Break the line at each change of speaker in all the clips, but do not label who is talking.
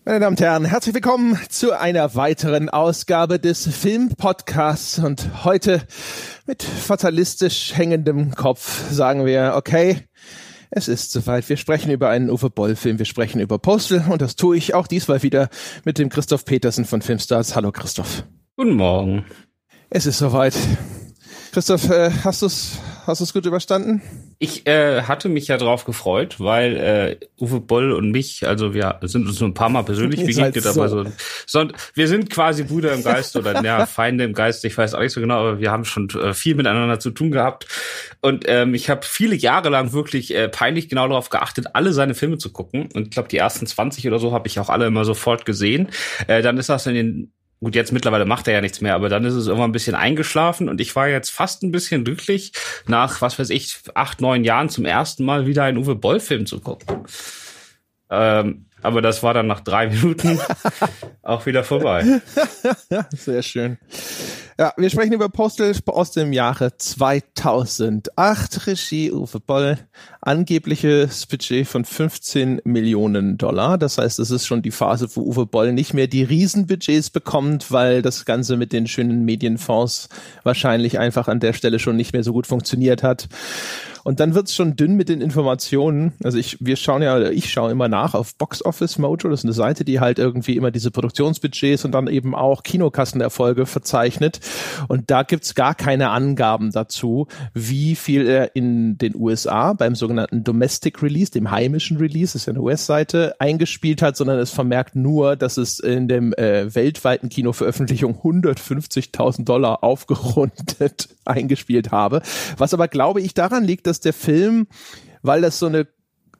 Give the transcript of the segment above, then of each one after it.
Meine Damen und Herren, herzlich willkommen zu einer weiteren Ausgabe des Filmpodcasts. Und heute mit fatalistisch hängendem Kopf sagen wir, okay, es ist soweit. Wir sprechen über einen Uwe Boll-Film, wir sprechen über Postal und das tue ich auch diesmal wieder mit dem Christoph Petersen von Filmstars. Hallo Christoph.
Guten Morgen.
Es ist soweit. Christoph, hast du's gut überstanden?
Ich hatte mich ja drauf gefreut, weil Uwe Boll und mich, also wir sind uns nur ein paar Mal persönlich begegnet, aber so wir sind quasi Brüder im Geist oder ja, Feinde im Geist, ich weiß auch nicht so genau, aber wir haben schon viel miteinander zu tun gehabt und ich habe viele Jahre lang wirklich peinlich genau darauf geachtet, alle seine Filme zu gucken und ich glaube, die ersten 20 oder so habe ich auch alle immer sofort gesehen. Dann ist das in den Gut, jetzt mittlerweile macht er ja nichts mehr, aber dann ist es irgendwann ein bisschen eingeschlafen und ich war jetzt fast ein bisschen glücklich, nach, 8, 9 Jahren zum ersten Mal wieder einen Uwe Boll-Film zu gucken. Aber das war dann nach 3 Minuten auch wieder vorbei.
Sehr schön. Ja, wir sprechen über Postal aus dem Jahre 2008. Regie Uwe Boll. Angebliches Budget von $15 Millionen. Das heißt, es ist schon die Phase, wo Uwe Boll nicht mehr die Riesenbudgets bekommt, weil das Ganze mit den schönen Medienfonds wahrscheinlich einfach an der Stelle schon nicht mehr so gut funktioniert hat. Und dann wird's schon dünn mit den Informationen. Also ich schaue immer nach auf Box Office Mojo. Das ist eine Seite, die halt irgendwie immer diese Produktionsbudgets und dann eben auch Kinokassenerfolge verzeichnet. Und da gibt's gar keine Angaben dazu, wie viel er in den USA beim sogenannten Domestic Release, dem heimischen Release, das ist ja eine US-Seite, eingespielt hat, sondern es vermerkt nur, dass es in dem weltweiten Kinoveröffentlichung $150.000 aufgerundet eingespielt habe. Was aber, glaube ich, daran liegt, dass der Film, weil das so eine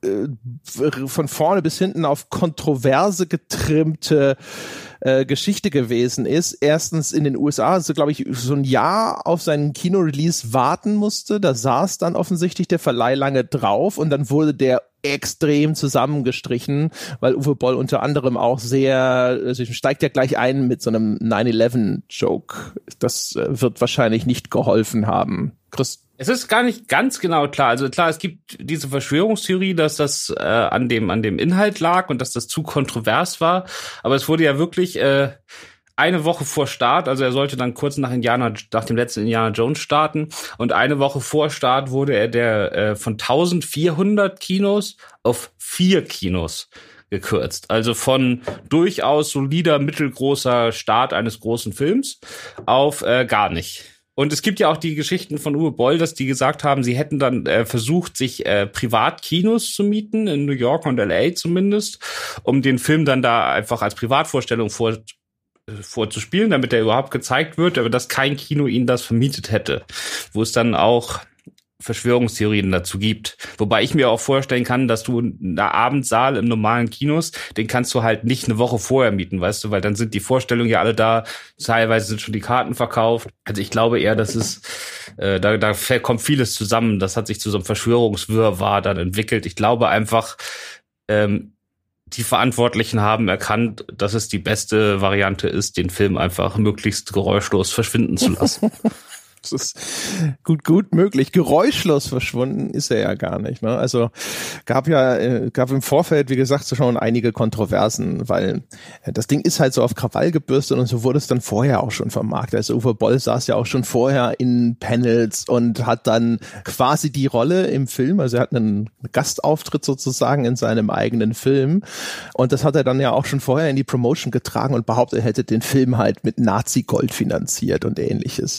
von vorne bis hinten auf Kontroverse getrimmte Geschichte gewesen ist, erstens in den USA, also glaube ich so ein Jahr auf seinen Kinorelease warten musste, da saß dann offensichtlich der Verleih lange drauf und dann wurde der extrem zusammengestrichen, weil Uwe Boll unter anderem auch steigt ja gleich ein mit so einem 9/11-Joke. Das wird wahrscheinlich nicht geholfen haben.
Es ist gar nicht ganz genau klar. Also klar, es gibt diese Verschwörungstheorie, dass das an dem Inhalt lag und dass das zu kontrovers war. Aber es wurde ja wirklich eine Woche vor Start, also er sollte dann kurz nach dem letzten Indiana Jones starten. Und eine Woche vor Start wurde er von 1400 Kinos auf 4 Kinos gekürzt. Also von durchaus solider, mittelgroßer Start eines großen Films auf gar nicht. Und es gibt ja auch die Geschichten von Uwe Boll, dass die gesagt haben, sie hätten dann versucht, sich Privatkinos zu mieten, in New York und LA zumindest, um den Film dann da einfach als Privatvorstellung vorzuspielen, damit er überhaupt gezeigt wird, aber dass kein Kino ihnen das vermietet hätte. Wo es dann auch Verschwörungstheorien dazu gibt. Wobei ich mir auch vorstellen kann, dass du einen Abendsaal im normalen Kinos, den kannst du halt nicht eine Woche vorher mieten, weißt du, weil dann sind die Vorstellungen ja alle da, teilweise sind schon die Karten verkauft. Also ich glaube eher, dass es, da kommt vieles zusammen, das hat sich zu so einem Verschwörungswirrwarr dann entwickelt. Ich glaube einfach, die Verantwortlichen haben erkannt, dass es die beste Variante ist, den Film einfach möglichst geräuschlos verschwinden zu lassen.
Das ist gut möglich. Geräuschlos verschwunden ist er ja gar nicht, ne? Also gab im Vorfeld, wie gesagt, schon einige Kontroversen, weil das Ding ist halt so auf Krawall gebürstet und so wurde es dann vorher auch schon vermarktet. Also Uwe Boll saß ja auch schon vorher in Panels und hat dann quasi die Rolle im Film, also er hat einen Gastauftritt sozusagen in seinem eigenen Film und das hat er dann ja auch schon vorher in die Promotion getragen und behauptet, er hätte den Film halt mit Nazi-Gold finanziert und ähnliches.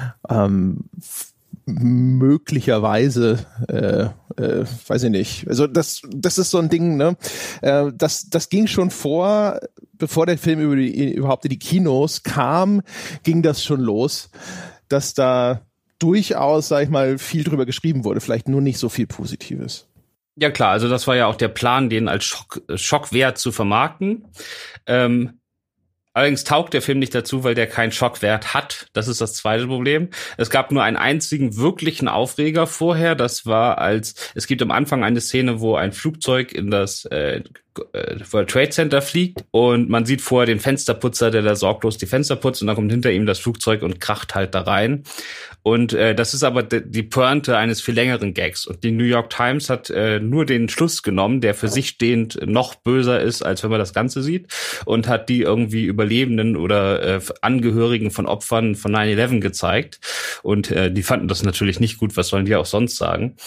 Möglicherweise, weiß ich nicht. Also das ist so ein Ding, ne? Das ging schon bevor der Film überhaupt in die Kinos kam, ging das schon los, dass da durchaus, sag ich mal, viel drüber geschrieben wurde, vielleicht nur nicht so viel Positives.
Ja klar, also das war ja auch der Plan, den als Schockwert zu vermarkten. Allerdings taugt der Film nicht dazu, weil der keinen Schockwert hat. Das ist das zweite Problem. Es gab nur einen einzigen wirklichen Aufreger vorher. Das war es gibt am Anfang eine Szene, wo ein Flugzeug in das World Trade Center fliegt und man sieht vorher den Fensterputzer, der da sorglos die Fenster putzt und dann kommt hinter ihm das Flugzeug und kracht halt da rein. Und das ist aber die Pointe eines viel längeren Gags. Und die New York Times hat nur den Schluss genommen, der für sich stehend noch böser ist, als wenn man das Ganze sieht, und hat die irgendwie Überlebenden oder Angehörigen von Opfern von 9/11 gezeigt. Und die fanden das natürlich nicht gut, was sollen die auch sonst sagen.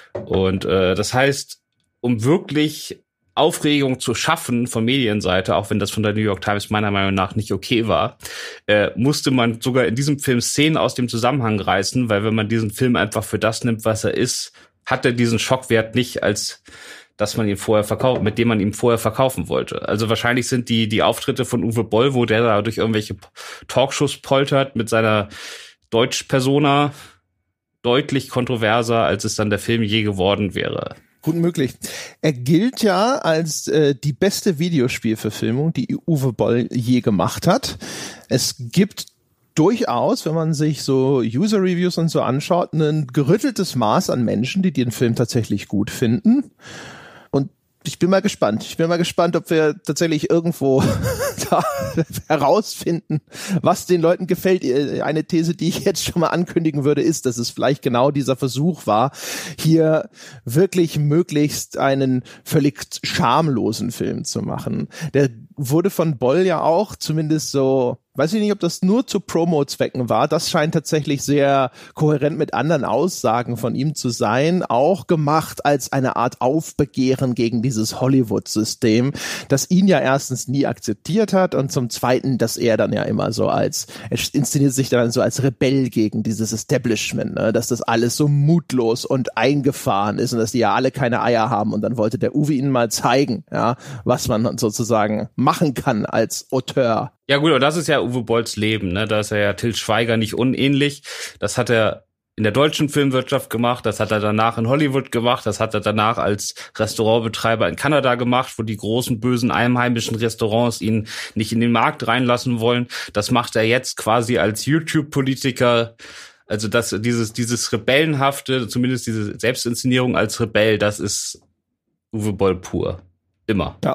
Und das heißt, um wirklich Aufregung zu schaffen von Medienseite, auch wenn das von der New York Times meiner Meinung nach nicht okay war, musste man sogar in diesem Film Szenen aus dem Zusammenhang reißen, weil wenn man diesen Film einfach für das nimmt, was er ist, hat er diesen Schockwert nicht, als dass man ihn vorher verkauft, mit dem man ihn vorher verkaufen wollte. Also wahrscheinlich sind die Auftritte von Uwe Boll, wo der da durch irgendwelche Talkshows poltert mit seiner Deutsch-Persona, deutlich kontroverser, als es dann der Film je geworden wäre.
Gut möglich. Er gilt ja als die beste Videospielverfilmung, die Uwe Boll je gemacht hat. Es gibt durchaus, wenn man sich so User-Reviews und so anschaut, ein gerütteltes Maß an Menschen, die den Film tatsächlich gut finden. Und ich bin mal gespannt. Ob wir tatsächlich irgendwo da herausfinden, was den Leuten gefällt. Eine These, die ich jetzt schon mal ankündigen würde, ist, dass es vielleicht genau dieser Versuch war, hier wirklich möglichst einen völlig schamlosen Film zu machen. Der wurde von Boll ja auch zumindest so, weiß ich nicht, ob das nur zu Promo-Zwecken war. Das scheint tatsächlich sehr kohärent mit anderen Aussagen von ihm zu sein. Auch gemacht als eine Art Aufbegehren gegen dieses Hollywood-System, das ihn ja erstens nie akzeptiert hat und zum Zweiten, dass er dann ja immer so er inszeniert sich dann so als Rebell gegen dieses Establishment, ne? Dass das alles so mutlos und eingefahren ist und dass die ja alle keine Eier haben und dann wollte der Uwe ihnen mal zeigen, ja, was man sozusagen machen kann als Auteur.
Ja gut, aber das ist ja Uwe Bolls Leben, ne? Da ist er ja Til Schweiger nicht unähnlich. Das hat er in der deutschen Filmwirtschaft gemacht, das hat er danach in Hollywood gemacht, das hat er danach als Restaurantbetreiber in Kanada gemacht, wo die großen, bösen, einheimischen Restaurants ihn nicht in den Markt reinlassen wollen. Das macht er jetzt quasi als YouTube-Politiker. Also dieses Rebellenhafte, zumindest diese Selbstinszenierung als Rebell, das ist Uwe Boll pur. Immer.
Ja.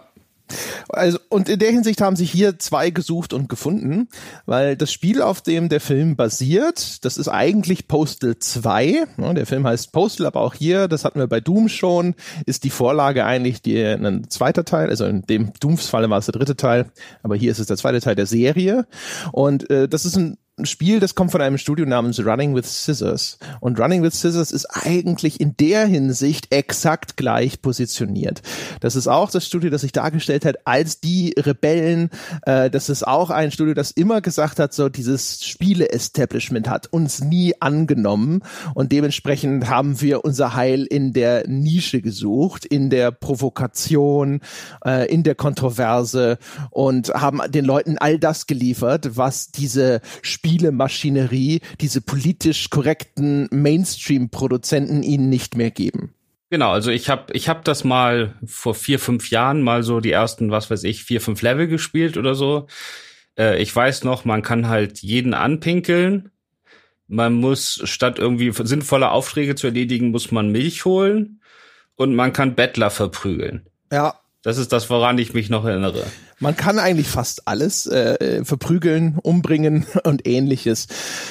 Also, und in der Hinsicht haben sich hier zwei gesucht und gefunden, weil das Spiel, auf dem der Film basiert, das ist eigentlich Postal 2. Der Film heißt Postal, aber auch hier, das hatten wir bei Doom schon, ist die Vorlage eigentlich ein zweiter Teil, also in dem Dooms-Falle war es der dritte Teil, aber hier ist es der zweite Teil der Serie. Und das ist ein Spiel, das kommt von einem Studio namens Running with Scissors. Und Running with Scissors ist eigentlich in der Hinsicht exakt gleich positioniert. Das ist auch das Studio, das sich dargestellt hat als die Rebellen. Das ist auch ein Studio, das immer gesagt hat, so dieses Spiele-Establishment hat uns nie angenommen. Und dementsprechend haben wir unser Heil in der Nische gesucht, in der Provokation, in der Kontroverse und haben den Leuten all das geliefert, was diese Spielemaschinerie, diese politisch korrekten Mainstream-Produzenten ihnen nicht mehr geben.
Genau, also ich hab das mal vor 4-5 Jahren mal so die ersten, 4-5 Level gespielt oder so. Ich weiß noch, man kann halt jeden anpinkeln. Man muss, statt irgendwie sinnvolle Aufträge zu erledigen, muss man Milch holen. Und man kann Bettler verprügeln.
Ja.
Das ist das, woran ich mich noch erinnere.
Man kann eigentlich fast alles verprügeln, umbringen und Ähnliches.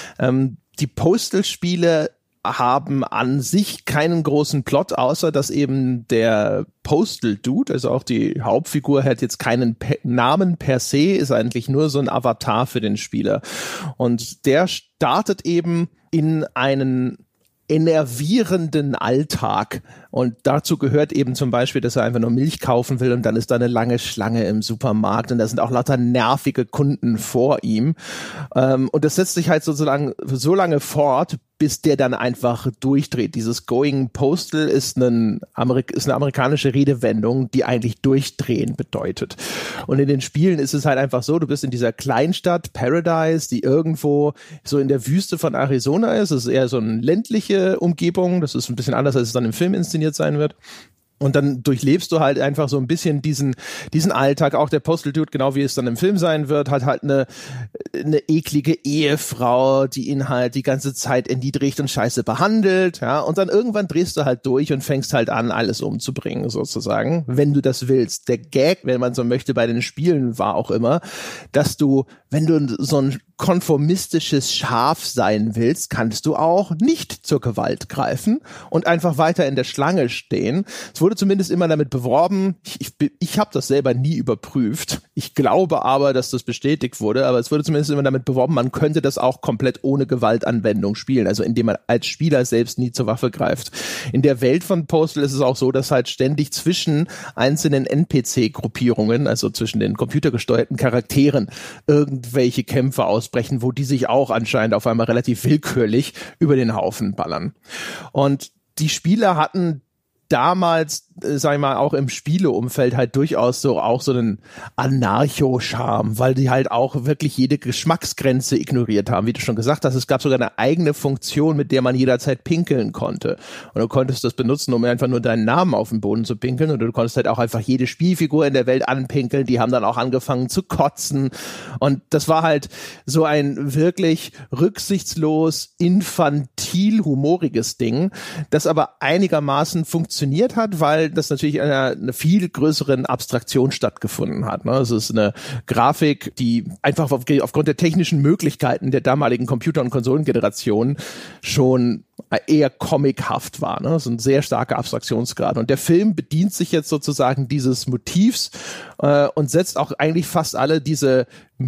Die Postal-Spiele haben an sich keinen großen Plot, außer dass eben der Postal Dude, also auch die Hauptfigur, hat jetzt keinen Namen per se, ist eigentlich nur so ein Avatar für den Spieler. Und der startet eben in einen enervierenden Alltag. Und dazu gehört eben zum Beispiel, dass er einfach nur Milch kaufen will und dann ist da eine lange Schlange im Supermarkt und da sind auch lauter nervige Kunden vor ihm. Und das setzt sich halt so lange fort, bis der dann einfach durchdreht. Dieses Going Postal ist eine amerikanische Redewendung, die eigentlich durchdrehen bedeutet. Und in den Spielen ist es halt einfach so, du bist in dieser Kleinstadt Paradise, die irgendwo so in der Wüste von Arizona ist. Es ist eher so eine ländliche Umgebung. Das ist ein bisschen anders, als es dann im Film inszeniert sein wird. Und dann durchlebst du halt einfach so ein bisschen diesen Alltag. Auch der Postal Dude, genau wie es dann im Film sein wird, hat halt eine eklige Ehefrau, die ihn halt die ganze Zeit erniedrigt und scheiße behandelt, ja. Und dann irgendwann drehst du halt durch und fängst halt an, alles umzubringen, sozusagen, wenn du das willst. Der Gag, wenn man so möchte, bei den Spielen war auch immer, dass du, wenn du so ein konformistisches Schaf sein willst, kannst du auch nicht zur Gewalt greifen und einfach weiter in der Schlange stehen. Es wurde zumindest immer damit beworben, ich habe das selber nie überprüft, ich glaube aber, dass das bestätigt wurde, aber es wurde zumindest immer damit beworben, man könnte das auch komplett ohne Gewaltanwendung spielen, also indem man als Spieler selbst nie zur Waffe greift. In der Welt von Postal ist es auch so, dass halt ständig zwischen einzelnen NPC-Gruppierungen, also zwischen den computergesteuerten Charakteren, irgendwelche Kämpfe ausbrechen, wo die sich auch anscheinend auf einmal relativ willkürlich über den Haufen ballern. Und die Spieler hatten damals, sag ich mal, auch im Spieleumfeld halt durchaus so einen Anarcho-Charme, weil die halt auch wirklich jede Geschmacksgrenze ignoriert haben. Wie du schon gesagt hast, es gab sogar eine eigene Funktion, mit der man jederzeit pinkeln konnte. Und du konntest das benutzen, um einfach nur deinen Namen auf den Boden zu pinkeln. Und du konntest halt auch einfach jede Spielfigur in der Welt anpinkeln. Die haben dann auch angefangen zu kotzen. Und das war halt so ein wirklich rücksichtslos, infantil, humoriges Ding, das aber einigermaßen funktioniert hat, weil das natürlich eine viel größeren Abstraktion stattgefunden hat. Es ist eine Grafik, die einfach aufgrund der technischen Möglichkeiten der damaligen Computer- und Konsolengeneration schon eher comichaft war. Es ist ein sehr starker Abstraktionsgrad. Und der Film bedient sich jetzt sozusagen dieses Motivs und setzt auch eigentlich fast alle diese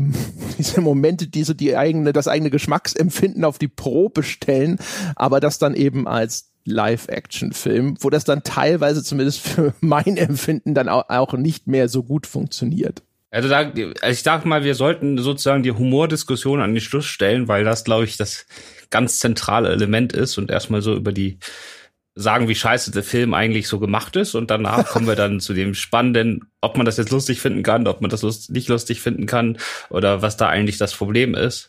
Momente, die so das eigene Geschmacksempfinden auf die Probe stellen, aber das dann eben als Live-Action-Film, wo das dann teilweise zumindest für mein Empfinden dann auch nicht mehr so gut funktioniert.
Also ich dachte mal, wir sollten sozusagen die Humordiskussion an den Schluss stellen, weil das, glaube ich, das ganz zentrale Element ist und erstmal so über die sagen, wie scheiße der Film eigentlich so gemacht ist und danach kommen wir dann zu dem Spannenden, ob man das jetzt lustig finden kann, ob man das nicht lustig finden kann oder was da eigentlich das Problem ist.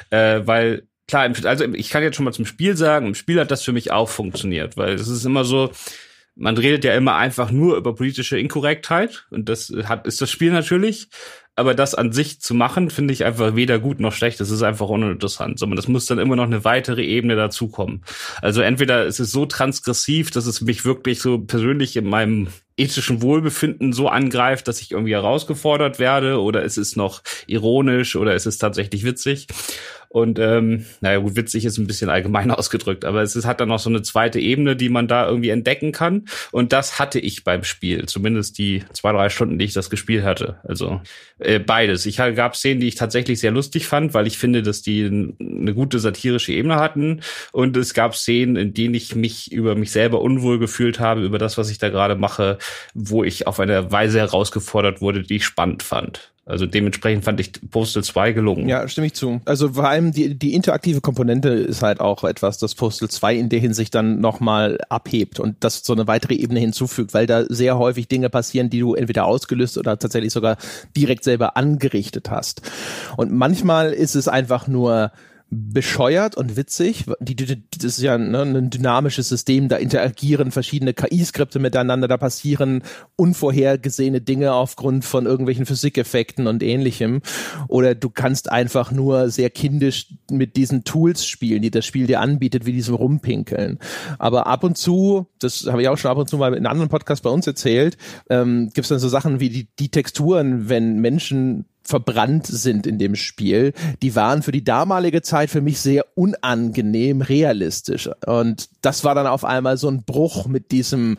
Weil klar, also ich kann jetzt schon mal zum Spiel sagen, im Spiel hat das für mich auch funktioniert, weil es ist immer so, man redet ja immer einfach nur über politische Inkorrektheit und das ist das Spiel natürlich, aber das an sich zu machen, finde ich einfach weder gut noch schlecht, das ist einfach uninteressant, sondern das muss dann immer noch eine weitere Ebene dazukommen. Also entweder ist es so transgressiv, dass es mich wirklich so persönlich in meinem ethischen Wohlbefinden so angreift, dass ich irgendwie herausgefordert werde, oder ist es noch ironisch oder ist es tatsächlich witzig? Und naja gut, witzig ist ein bisschen allgemein ausgedrückt, aber hat dann noch so eine zweite Ebene, die man da irgendwie entdecken kann. Und das hatte ich beim Spiel, zumindest die 2-3 Stunden, die ich das gespielt hatte. Also beides. Gab Szenen, die ich tatsächlich sehr lustig fand, weil ich finde, dass die eine gute satirische Ebene hatten. Und es gab Szenen, in denen ich mich über mich selber unwohl gefühlt habe, über das, was ich da gerade mache, wo ich auf eine Weise herausgefordert wurde, die ich spannend fand. Also dementsprechend fand ich Postal 2 gelungen.
Ja, stimme ich zu. Also vor allem die interaktive Komponente ist halt auch etwas, das Postal 2 in der Hinsicht dann nochmal abhebt und das so eine weitere Ebene hinzufügt, weil da sehr häufig Dinge passieren, die du entweder ausgelöst oder tatsächlich sogar direkt selber angerichtet hast. Und manchmal ist es einfach nur bescheuert und witzig. Das ist ja ein dynamisches System, da interagieren verschiedene KI-Skripte miteinander, da passieren unvorhergesehene Dinge aufgrund von irgendwelchen Physikeffekten und ähnlichem. Oder du kannst einfach nur sehr kindisch mit diesen Tools spielen, die das Spiel dir anbietet, wie diesem Rumpinkeln. Aber ab und zu, das habe ich auch schon ab und zu mal in einem anderen Podcast bei uns erzählt, gibt es dann so Sachen wie die Texturen, wenn Menschen verbrannt sind in dem Spiel, die waren für die damalige Zeit für mich sehr unangenehm realistisch. Und das war dann auf einmal so ein Bruch mit dieser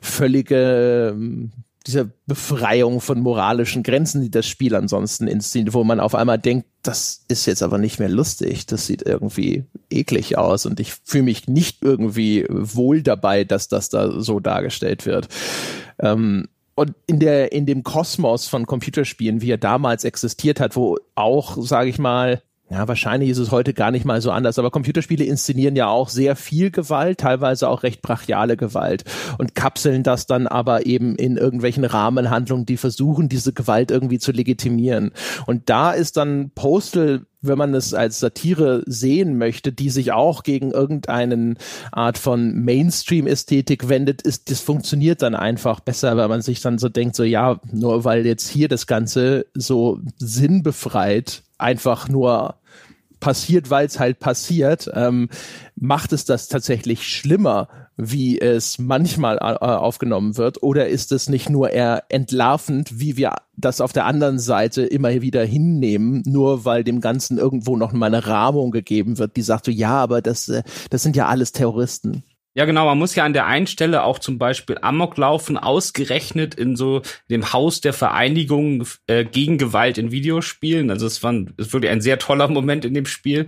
Befreiung von moralischen Grenzen, die das Spiel ansonsten inszeniert, wo man auf einmal denkt, das ist jetzt aber nicht mehr lustig, das sieht irgendwie eklig aus und ich fühle mich nicht irgendwie wohl dabei, dass das da so dargestellt wird. Und in dem Kosmos von Computerspielen, wie er damals existiert hat, wo auch, sage ich mal, Ja, wahrscheinlich ist es heute gar nicht mal so anders, aber Computerspiele inszenieren ja auch sehr viel Gewalt, teilweise auch recht brachiale Gewalt und kapseln das dann aber eben in irgendwelchen Rahmenhandlungen, die versuchen, diese Gewalt irgendwie zu legitimieren. Und da ist dann Postal, wenn man es als Satire sehen möchte, die sich auch gegen irgendeine Art von Mainstream-Ästhetik wendet, das funktioniert dann einfach besser, weil man sich dann so denkt, so ja, nur weil jetzt hier das Ganze so sinnbefreit einfach nur passiert, weil es halt passiert, macht es das tatsächlich schlimmer, wie es manchmal aufgenommen wird, oder ist es nicht nur eher entlarvend, wie wir das auf der anderen Seite immer wieder hinnehmen, nur weil dem Ganzen irgendwo noch mal eine Rahmung gegeben wird, die sagt so, ja, aber das sind ja alles Terroristen.
Ja, genau, man muss ja an der einen Stelle auch zum Beispiel Amok laufen, ausgerechnet in so dem Haus der Vereinigung gegen Gewalt in Videospielen. Also es ist wirklich ein sehr toller Moment in dem Spiel.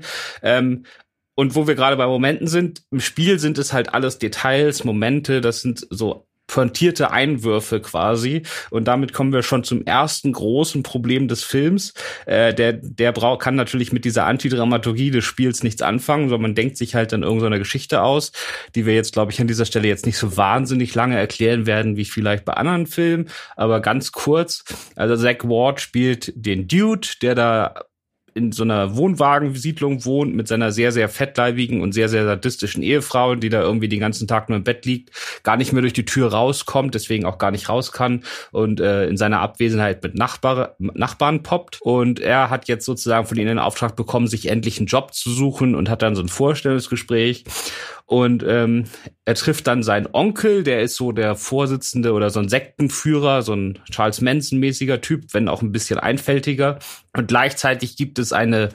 Und wo wir gerade bei Momenten sind, im Spiel sind es halt alles Details, Momente, das sind so pointierte Einwürfe quasi. Und damit kommen wir schon zum ersten großen Problem des Films. Kann natürlich mit dieser Antidramaturgie des Spiels nichts anfangen, sondern man denkt sich halt dann irgendeine Geschichte aus, die wir jetzt, glaube ich, an dieser Stelle jetzt nicht so wahnsinnig lange erklären werden, wie vielleicht bei anderen Filmen. Aber ganz kurz, also Zack Ward spielt den Dude, der da in so einer Wohnwagensiedlung wohnt mit seiner sehr, sehr fettleibigen und sehr, sehr sadistischen Ehefrau, die da irgendwie den ganzen Tag nur im Bett liegt, gar nicht mehr durch die Tür rauskommt, deswegen auch gar nicht raus kann und in seiner Abwesenheit mit Nachbarn poppt. Und er hat jetzt sozusagen von ihnen den Auftrag bekommen, sich endlich einen Job zu suchen und hat dann so ein Vorstellungsgespräch. Und er trifft dann seinen Onkel, der ist so der Vorsitzende oder so ein Sektenführer, so ein Charles Manson-mäßiger Typ, wenn auch ein bisschen einfältiger. Und gleichzeitig gibt es eine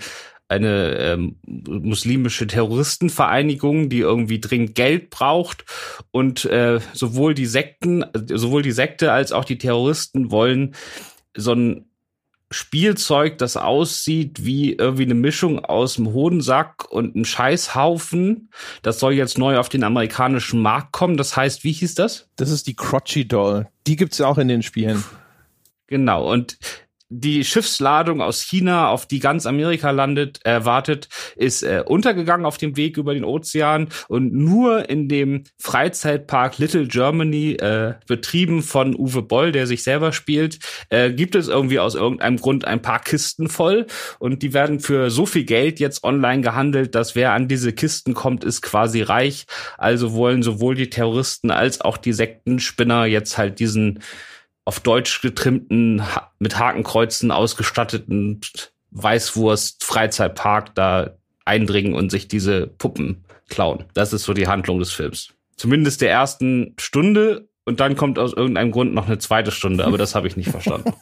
muslimische Terroristenvereinigung, die irgendwie dringend Geld braucht. Und sowohl die Sekte als auch die Terroristen wollen so ein Spielzeug, das aussieht wie irgendwie eine Mischung aus einem Hodensack und einem Scheißhaufen. Das soll jetzt neu auf den amerikanischen Markt kommen. Das heißt, wie hieß das?
Das ist die Crotchy Doll. Die gibt's ja auch in den Spielen.
Genau. Und die Schiffsladung aus China, auf die ganz Amerika wartet, ist untergegangen auf dem Weg über den Ozean, und nur in dem Freizeitpark Little Germany, betrieben von Uwe Boll, der sich selber spielt, gibt es irgendwie aus irgendeinem Grund ein paar Kisten voll, und die werden für so viel Geld jetzt online gehandelt, dass wer an diese Kisten kommt, ist quasi reich. Also wollen sowohl die Terroristen als auch die Sektenspinner jetzt halt diesen auf Deutsch getrimmten, mit Hakenkreuzen ausgestatteten Weißwurst-Freizeitpark da eindringen und sich diese Puppen klauen. Das ist so die Handlung des Films. Zumindest der ersten Stunde, und dann kommt aus irgendeinem Grund noch eine zweite Stunde, aber das habe ich nicht verstanden.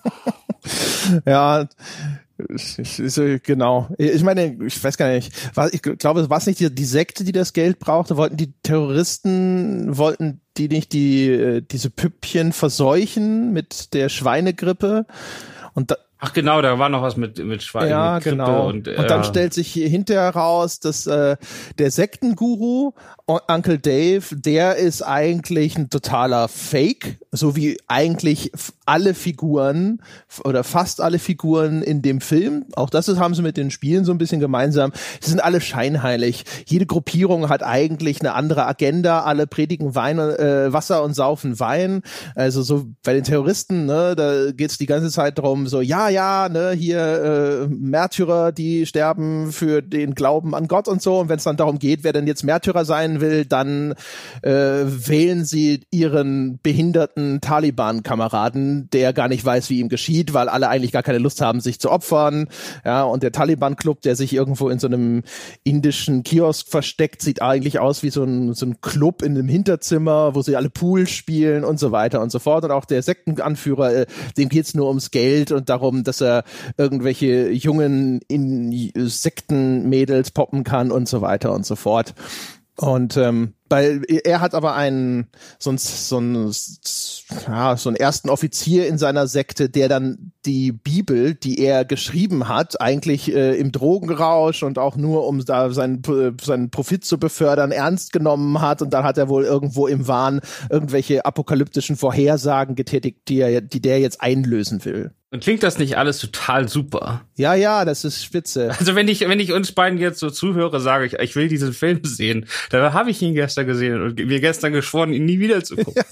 Ja, genau. Ich meine, ich weiß gar nicht. Ich glaube, war es nicht die Sekte, die das Geld brauchte? Wollten die Terroristen, die nicht diese Püppchen verseuchen mit der Schweinegrippe? Und
Ach genau, da war noch was mit Schwein.
Ja,
mit Grippe
genau.
Und
dann stellt sich hier hinterher raus, dass der Sektenguru, Uncle Dave, der ist eigentlich ein totaler Fake, so wie eigentlich alle Figuren oder fast alle Figuren in dem Film. Auch das haben sie mit den Spielen so ein bisschen gemeinsam. Sie sind alle scheinheilig. Jede Gruppierung hat eigentlich eine andere Agenda. Alle predigen Wasser und saufen Wein. Also so bei den Terroristen, ne, da geht's die ganze Zeit darum, so ja, ne, hier Märtyrer, die sterben für den Glauben an Gott und so. Und wenn es dann darum geht, wer denn jetzt Märtyrer sein will, dann wählen sie ihren behinderten Taliban-Kameraden, der gar nicht weiß, wie ihm geschieht, weil alle eigentlich gar keine Lust haben, sich zu opfern. Ja, und der Taliban-Club, der sich irgendwo in so einem indischen Kiosk versteckt, sieht eigentlich aus wie so ein Club in einem Hinterzimmer, wo sie alle Pool spielen und so weiter und so fort. Und auch der Sektenanführer, dem geht's nur ums Geld und darum, dass er irgendwelche jungen Sektenmädels poppen kann und so weiter und so fort. Und weil er hat aber so einen ersten Offizier in seiner Sekte, der dann die Bibel, die er geschrieben hat, eigentlich im Drogenrausch und auch nur um da seinen Profit zu befördern, ernst genommen hat. Und dann hat er wohl irgendwo im Wahn irgendwelche apokalyptischen Vorhersagen getätigt, die der jetzt einlösen will.
Und klingt das nicht alles total super?
Ja, das ist spitze.
Also wenn ich uns beiden jetzt so zuhöre, sage ich will diesen Film sehen, dann habe ich ihn gestern gesehen und mir gestern geschworen, ihn nie wieder zu gucken.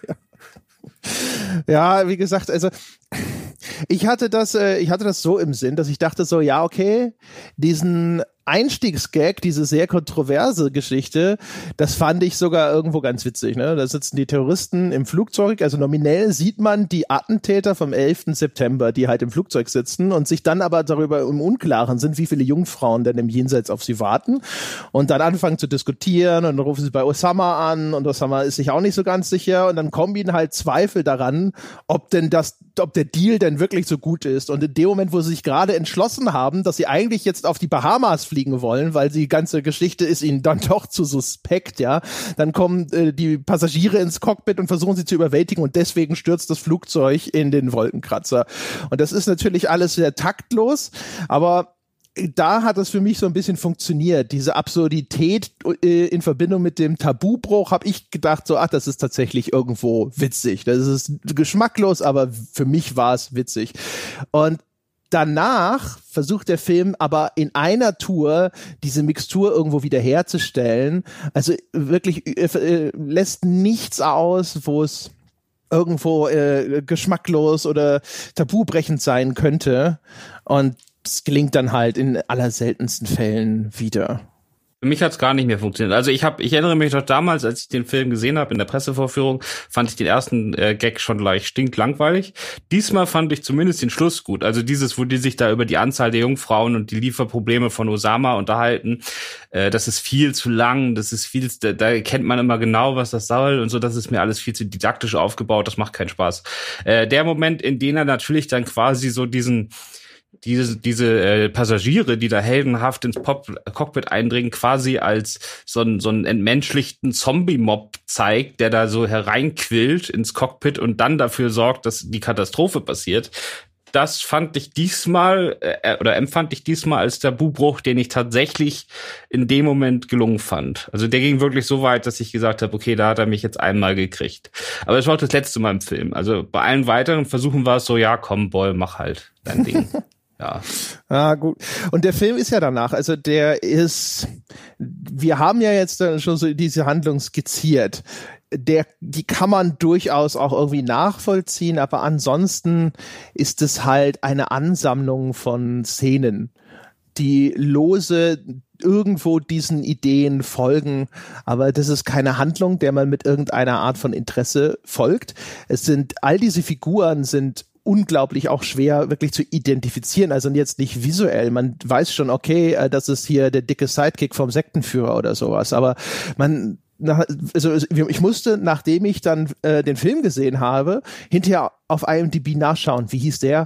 Ja, wie gesagt, also ich hatte das so im Sinn, dass ich dachte so, ja, okay, diesen Einstiegsgag, diese sehr kontroverse Geschichte, das fand ich sogar irgendwo ganz witzig, ne? Da sitzen die Terroristen im Flugzeug, also nominell sieht man die Attentäter vom 11. September, die halt im Flugzeug sitzen und sich dann aber darüber im Unklaren sind, wie viele Jungfrauen denn im Jenseits auf sie warten und dann anfangen zu diskutieren und dann rufen sie bei Osama an und Osama ist sich auch nicht so ganz sicher und dann kommen ihnen halt Zweifel daran, ob der Deal denn wirklich so gut ist und in dem Moment, wo sie sich gerade entschlossen haben, dass sie eigentlich jetzt auf die Bahamas fliegen wollen, weil die ganze Geschichte ist ihnen dann doch zu suspekt, ja. Dann kommen die Passagiere ins Cockpit und versuchen sie zu überwältigen und deswegen stürzt das Flugzeug in den Wolkenkratzer. Und das ist natürlich alles sehr taktlos, aber da hat es für mich so ein bisschen funktioniert. Diese Absurdität in Verbindung mit dem Tabubruch habe ich gedacht, so, das ist tatsächlich irgendwo witzig. Das ist geschmacklos, aber für mich war es witzig. Und danach versucht der Film aber in einer Tour diese Mixtur irgendwo wiederherzustellen. Also wirklich lässt nichts aus, wo es irgendwo geschmacklos oder tabubrechend sein könnte. Und es gelingt dann halt in allerseltensten Fällen wieder.
Für mich hat's gar nicht mehr funktioniert. Also ich erinnere mich noch damals, als ich den Film gesehen habe in der Pressevorführung, fand ich den ersten Gag schon gleich stinklangweilig. Diesmal fand ich zumindest den Schluss gut. Also dieses, wo die sich da über die Anzahl der Jungfrauen und die Lieferprobleme von Osama unterhalten, das ist viel zu lang, da kennt man immer genau, was das soll und so, das ist mir alles viel zu didaktisch aufgebaut, das macht keinen Spaß. Der Moment, in dem er natürlich dann quasi so diese Passagiere, die da heldenhaft ins Cockpit eindringen, quasi als so einen entmenschlichten Zombie-Mob zeigt, der da so hereinquillt ins Cockpit und dann dafür sorgt, dass die Katastrophe passiert. Das empfand ich diesmal als Tabubruch, den ich tatsächlich in dem Moment gelungen fand. Also der ging wirklich so weit, dass ich gesagt habe, okay, da hat er mich jetzt einmal gekriegt. Aber es war auch das letzte Mal im Film. Also bei allen weiteren Versuchen war es so, ja, komm, Boll, mach halt dein Ding. Ja.
Ah, gut. Und der Film ist ja danach, also wir haben ja jetzt schon so diese Handlung skizziert. Die kann man durchaus auch irgendwie nachvollziehen, aber ansonsten ist es halt eine Ansammlung von Szenen, die lose irgendwo diesen Ideen folgen, aber das ist keine Handlung, der man mit irgendeiner Art von Interesse folgt. All diese Figuren sind unglaublich auch schwer wirklich zu identifizieren, also jetzt nicht visuell, man weiß schon, okay, das ist hier der dicke Sidekick vom Sektenführer oder sowas, aber ich musste, nachdem ich dann den Film gesehen habe, hinterher auf IMDb nachschauen, wie hieß der.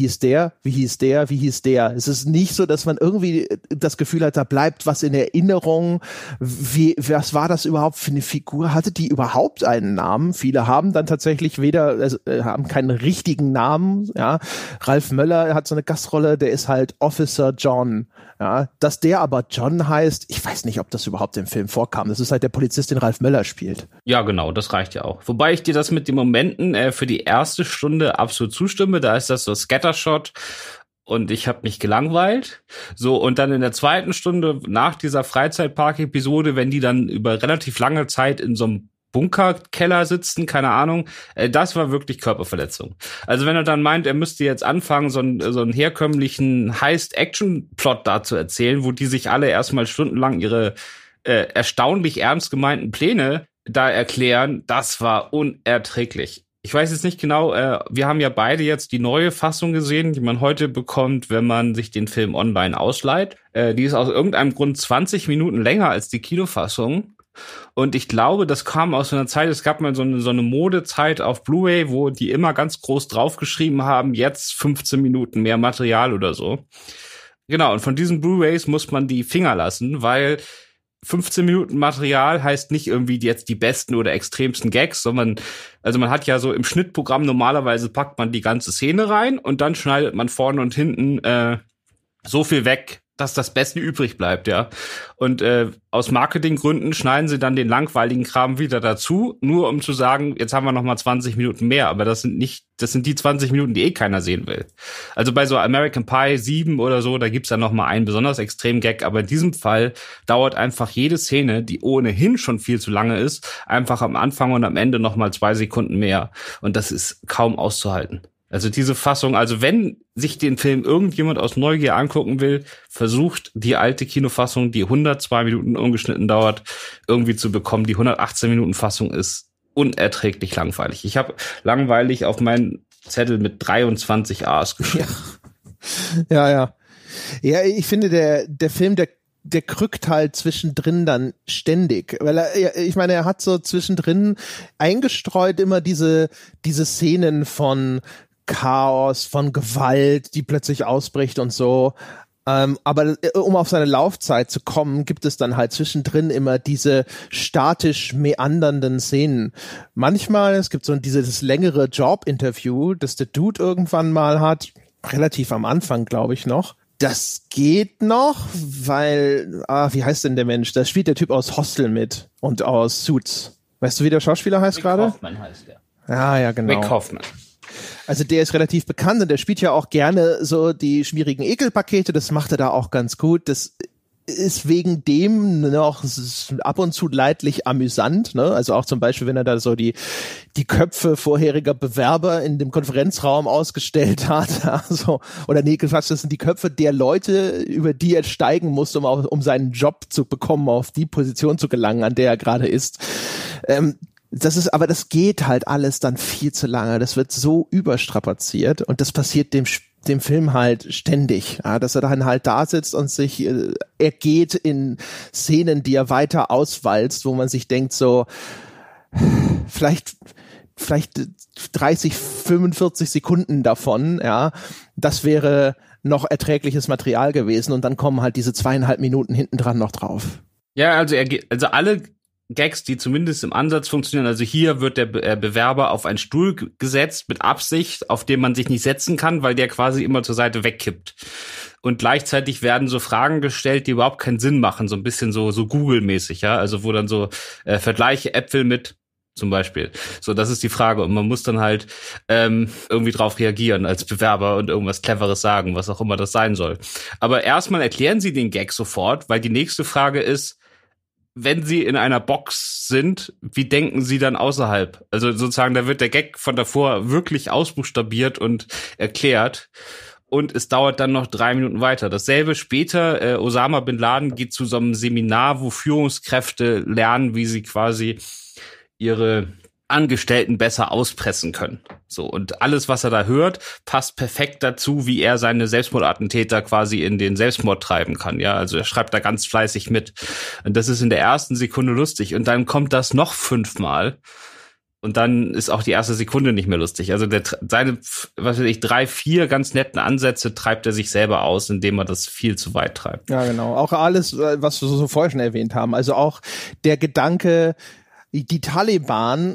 Es ist nicht so, dass man irgendwie das Gefühl hat, da bleibt was in Erinnerung. Was war das überhaupt für eine Figur? Hatte die überhaupt einen Namen? Viele haben dann tatsächlich haben keinen richtigen Namen. Ja, Ralf Möller hat so eine Gastrolle, der ist halt Officer John. Ja, dass der aber John heißt, ich weiß nicht, ob das überhaupt im Film vorkam. Das ist halt der Polizist, den Ralf Möller spielt.
Ja, genau, das reicht ja auch. Wobei ich dir das mit den Momenten für die erste Stunde absolut zustimme. Da ist das so Scattershot und ich habe mich gelangweilt. So, und dann in der zweiten Stunde nach dieser Freizeitpark-Episode, wenn die dann über relativ lange Zeit in so einem Bunkerkeller sitzen, keine Ahnung, das war wirklich Körperverletzung. Also wenn er dann meint, er müsste jetzt anfangen, so einen herkömmlichen Heist-Action-Plot da zu erzählen, wo die sich alle erstmal stundenlang ihre erstaunlich ernst gemeinten Pläne da erklären, das war unerträglich. Ich weiß jetzt nicht genau, wir haben ja beide jetzt die neue Fassung gesehen, die man heute bekommt, wenn man sich den Film online ausleiht. Die ist aus irgendeinem Grund 20 Minuten länger als die Kinofassung. Und ich glaube, das kam aus so einer Zeit, es gab mal so eine Modezeit auf Blu-ray, wo die immer ganz groß draufgeschrieben haben, jetzt 15 Minuten mehr Material oder so. Genau, und von diesen Blu-rays muss man die Finger lassen, weil 15 Minuten Material heißt nicht irgendwie jetzt die besten oder extremsten Gags, sondern, also man hat ja so im Schnittprogramm normalerweise packt man die ganze Szene rein und dann schneidet man vorne und hinten so viel weg, dass das Beste übrig bleibt, ja. Und aus Marketinggründen schneiden sie dann den langweiligen Kram wieder dazu, nur um zu sagen, jetzt haben wir noch mal 20 Minuten mehr. Aber das sind die 20 Minuten, die keiner sehen will. Also bei so American Pie 7 oder so, da gibt's dann noch mal einen besonders extremen Gag. Aber in diesem Fall dauert einfach jede Szene, die ohnehin schon viel zu lange ist, einfach am Anfang und am Ende noch mal 2 Sekunden mehr. Und das ist kaum auszuhalten. Also diese Fassung, also wenn sich den Film irgendjemand aus Neugier angucken will, versucht die alte Kinofassung, die 102 Minuten ungeschnitten dauert, irgendwie zu bekommen. Die 118 Minuten Fassung ist unerträglich langweilig. Ich habe langweilig auf meinen Zettel mit 23 A's geschrieben.
Ja, ich finde, der Film, der krückt halt zwischendrin dann ständig, weil er hat so zwischendrin eingestreut immer diese Szenen von Chaos, von Gewalt, die plötzlich ausbricht und so. Aber um auf seine Laufzeit zu kommen, gibt es dann halt zwischendrin immer diese statisch meandernden Szenen. Manchmal, es gibt so dieses längere Job-Interview, das der Dude irgendwann mal hat, relativ am Anfang, glaube ich noch. Das geht noch, weil, wie heißt denn der Mensch? Da spielt der Typ aus Hostel mit und aus Suits. Weißt du, wie der Schauspieler heißt gerade?
Rick Hoffman heißt der.
Ja, genau.
Rick Hoffman.
Also der ist relativ bekannt und der spielt ja auch gerne so die schwierigen Ekelpakete, das macht er da auch ganz gut. Das ist wegen dem noch ab und zu leidlich amüsant, ne? Also auch zum Beispiel, wenn er da so die Köpfe vorheriger Bewerber in dem Konferenzraum ausgestellt hat, also, oder nee, das sind die Köpfe der Leute, über die er steigen muss, um seinen Job zu bekommen, auf die Position zu gelangen, an der er gerade ist. Aber das geht halt alles dann viel zu lange. Das wird so überstrapaziert und das passiert dem Film halt ständig, ja, dass er dann halt da sitzt und sich ergeht in Szenen, die er weiter auswalzt, wo man sich denkt so, vielleicht 30, 45 Sekunden davon, ja, das wäre noch erträgliches Material gewesen und dann kommen halt diese 2,5 Minuten hinten dran noch drauf.
Ja, also alle Gags, die zumindest im Ansatz funktionieren. Also hier wird der Bewerber auf einen Stuhl gesetzt mit Absicht, auf dem man sich nicht setzen kann, weil der quasi immer zur Seite wegkippt. Und gleichzeitig werden so Fragen gestellt, die überhaupt keinen Sinn machen, so ein bisschen so Google-mäßig, ja. Also wo dann so vergleiche Äpfel mit zum Beispiel. So, das ist die Frage. Und man muss dann halt irgendwie drauf reagieren als Bewerber und irgendwas Cleveres sagen, was auch immer das sein soll. Aber erstmal erklären sie den Gag sofort, weil die nächste Frage ist, wenn sie in einer Box sind, wie denken sie dann außerhalb? Also sozusagen, da wird der Gag von davor wirklich ausbuchstabiert und erklärt. Und es dauert dann noch 3 Minuten weiter. Dasselbe später, Osama Bin Laden geht zu so einem Seminar, wo Führungskräfte lernen, wie sie quasi ihre Angestellten besser auspressen können. So, und alles, was er da hört, passt perfekt dazu, wie er seine Selbstmordattentäter quasi in den Selbstmord treiben kann. Ja, also er schreibt da ganz fleißig mit. Und das ist in der ersten Sekunde lustig. Und dann kommt das noch 5-mal. Und dann ist auch die erste Sekunde nicht mehr lustig. Also seine, 3, 4 ganz netten Ansätze treibt er sich selber aus, indem er das viel zu weit treibt.
Ja, genau. Auch alles, was wir so vorher schon erwähnt haben. Also auch der Gedanke, die Taliban,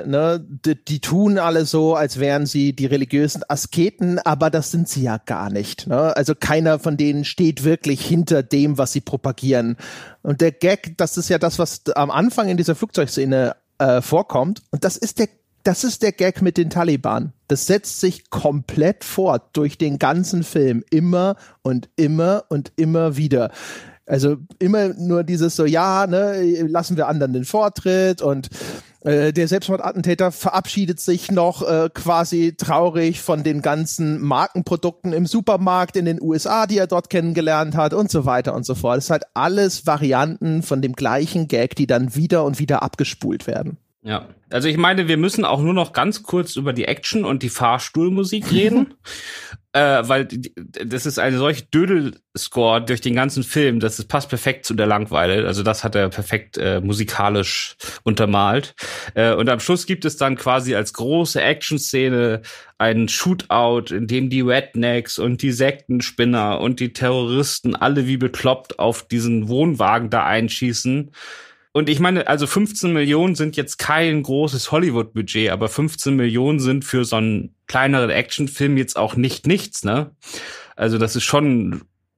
die tun alle so, als wären sie die religiösen Asketen, aber das sind sie ja gar nicht. Ne? Also keiner von denen steht wirklich hinter dem, was sie propagieren. Und der Gag, das ist ja das, was am Anfang in dieser Flugzeugszene vorkommt. Und das ist der Gag mit den Taliban. Das setzt sich komplett fort durch den ganzen Film. Immer und immer und immer wieder. Also immer nur dieses so, ja, ne, lassen wir anderen den Vortritt und der Selbstmordattentäter verabschiedet sich noch quasi traurig von den ganzen Markenprodukten im Supermarkt in den USA, die er dort kennengelernt hat und so weiter und so fort. Das ist halt alles Varianten von dem gleichen Gag, die dann wieder und wieder abgespult werden.
Ja, also ich meine, wir müssen auch nur noch ganz kurz über die Action und die Fahrstuhlmusik reden, weil das ist eine solche Dödel-Score durch den ganzen Film, das passt perfekt zu der Langeweile, also das hat er perfekt musikalisch untermalt. Und am Schluss gibt es dann quasi als große Action-Szene einen Shootout, in dem die Rednecks und die Sektenspinner und die Terroristen alle wie bekloppt auf diesen Wohnwagen da einschießen. Und ich meine, also 15 Millionen sind jetzt kein großes Hollywood-Budget, aber 15 Millionen sind für so einen kleineren Actionfilm jetzt auch nichts, ne? Also das ist schon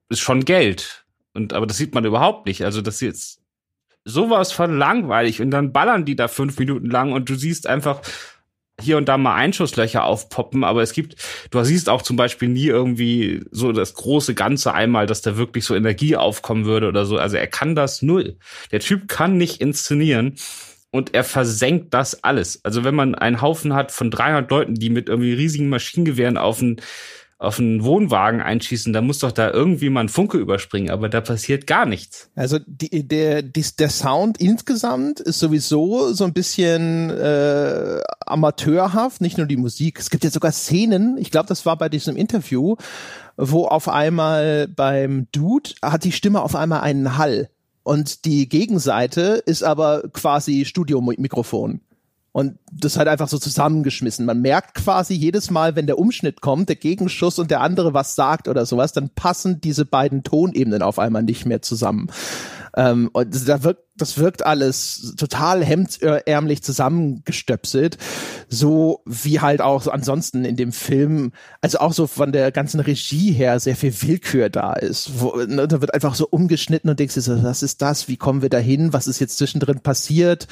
ist schon Geld. Aber das sieht man überhaupt nicht. Also das ist jetzt sowas von langweilig und dann ballern die da 5 Minuten lang und du siehst einfach hier und da mal Einschusslöcher aufpoppen, aber du siehst auch zum Beispiel nie irgendwie so das große Ganze einmal, dass da wirklich so Energie aufkommen würde oder so. Also er kann das null. Der Typ kann nicht inszenieren und er versenkt das alles. Also wenn man einen Haufen hat von 300 Leuten, die mit irgendwie riesigen Maschinengewehren auf einen Wohnwagen einschießen, da muss doch da irgendwie mal ein Funke überspringen, aber da passiert gar nichts.
Also der Sound insgesamt ist sowieso so ein bisschen amateurhaft, nicht nur die Musik. Es gibt ja sogar Szenen, ich glaube, das war bei diesem Interview, wo auf einmal beim Dude hat die Stimme auf einmal einen Hall und die Gegenseite ist aber quasi Studiomikrofon. Und das halt einfach so zusammengeschmissen. Man merkt quasi jedes Mal, wenn der Umschnitt kommt, der Gegenschuss und der andere was sagt oder sowas, dann passen diese beiden Tonebenen auf einmal nicht mehr zusammen. Und das wirkt alles total hemdsärmlich zusammengestöpselt, so wie halt auch ansonsten in dem Film, also auch so von der ganzen Regie her sehr viel Willkür da ist. Da wird einfach so umgeschnitten und denkst du so, was ist das? Wie kommen wir da hin? Was ist jetzt zwischendrin passiert?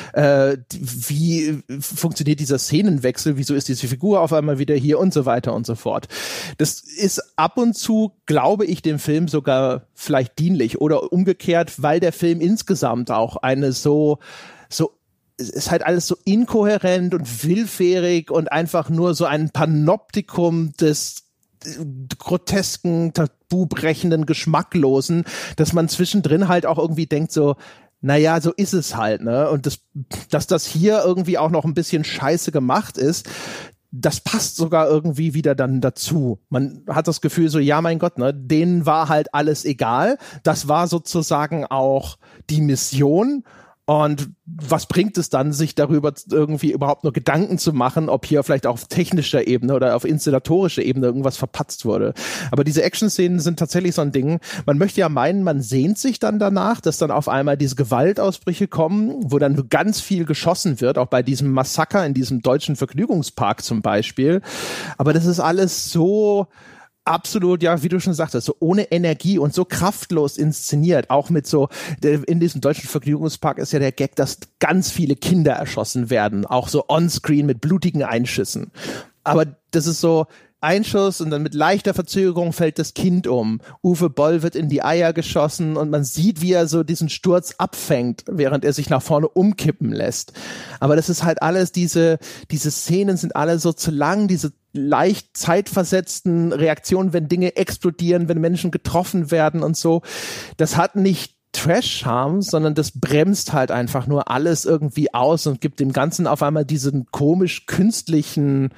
Wie funktioniert dieser Szenenwechsel? Wieso ist diese Figur auf einmal wieder hier und so weiter und so fort? Das ist ab und zu, glaube ich, dem Film sogar vielleicht dienlich oder umgekehrt, weil der Film insgesamt auch eine so ist halt alles so inkohärent und willfährig und einfach nur so ein Panoptikum des grotesken, tabubrechenden, geschmacklosen, dass man zwischendrin halt auch irgendwie denkt so, naja, so ist es halt, ne? Und dass das hier irgendwie auch noch ein bisschen scheiße gemacht ist, das passt sogar irgendwie wieder dann dazu. Man hat das Gefühl so, ja, mein Gott, ne, denen war halt alles egal. Das war sozusagen auch die Mission. Und was bringt es dann, sich darüber irgendwie überhaupt nur Gedanken zu machen, ob hier vielleicht auf technischer Ebene oder auf inszenatorischer Ebene irgendwas verpatzt wurde. Aber diese Action-Szenen sind tatsächlich so ein Ding. Man möchte ja meinen, man sehnt sich dann danach, dass dann auf einmal diese Gewaltausbrüche kommen, wo dann ganz viel geschossen wird, auch bei diesem Massaker in diesem deutschen Vergnügungspark zum Beispiel. Aber das ist alles so absolut, ja, wie du schon sagtest, so ohne Energie und so kraftlos inszeniert, auch mit so, in diesem deutschen Vergnügungspark ist ja der Gag, dass ganz viele Kinder erschossen werden, auch so onscreen mit blutigen Einschüssen. Aber das ist so, Einschuss und dann mit leichter Verzögerung fällt das Kind um. Uwe Boll wird in die Eier geschossen und man sieht, wie er so diesen Sturz abfängt, während er sich nach vorne umkippen lässt. Aber das ist halt alles, diese Szenen sind alle so zu lang, diese leicht zeitversetzten Reaktionen, wenn Dinge explodieren, wenn Menschen getroffen werden und so. Das hat nicht Trash-Charme, sondern das bremst halt einfach nur alles irgendwie aus und gibt dem Ganzen auf einmal diese komisch-künstliche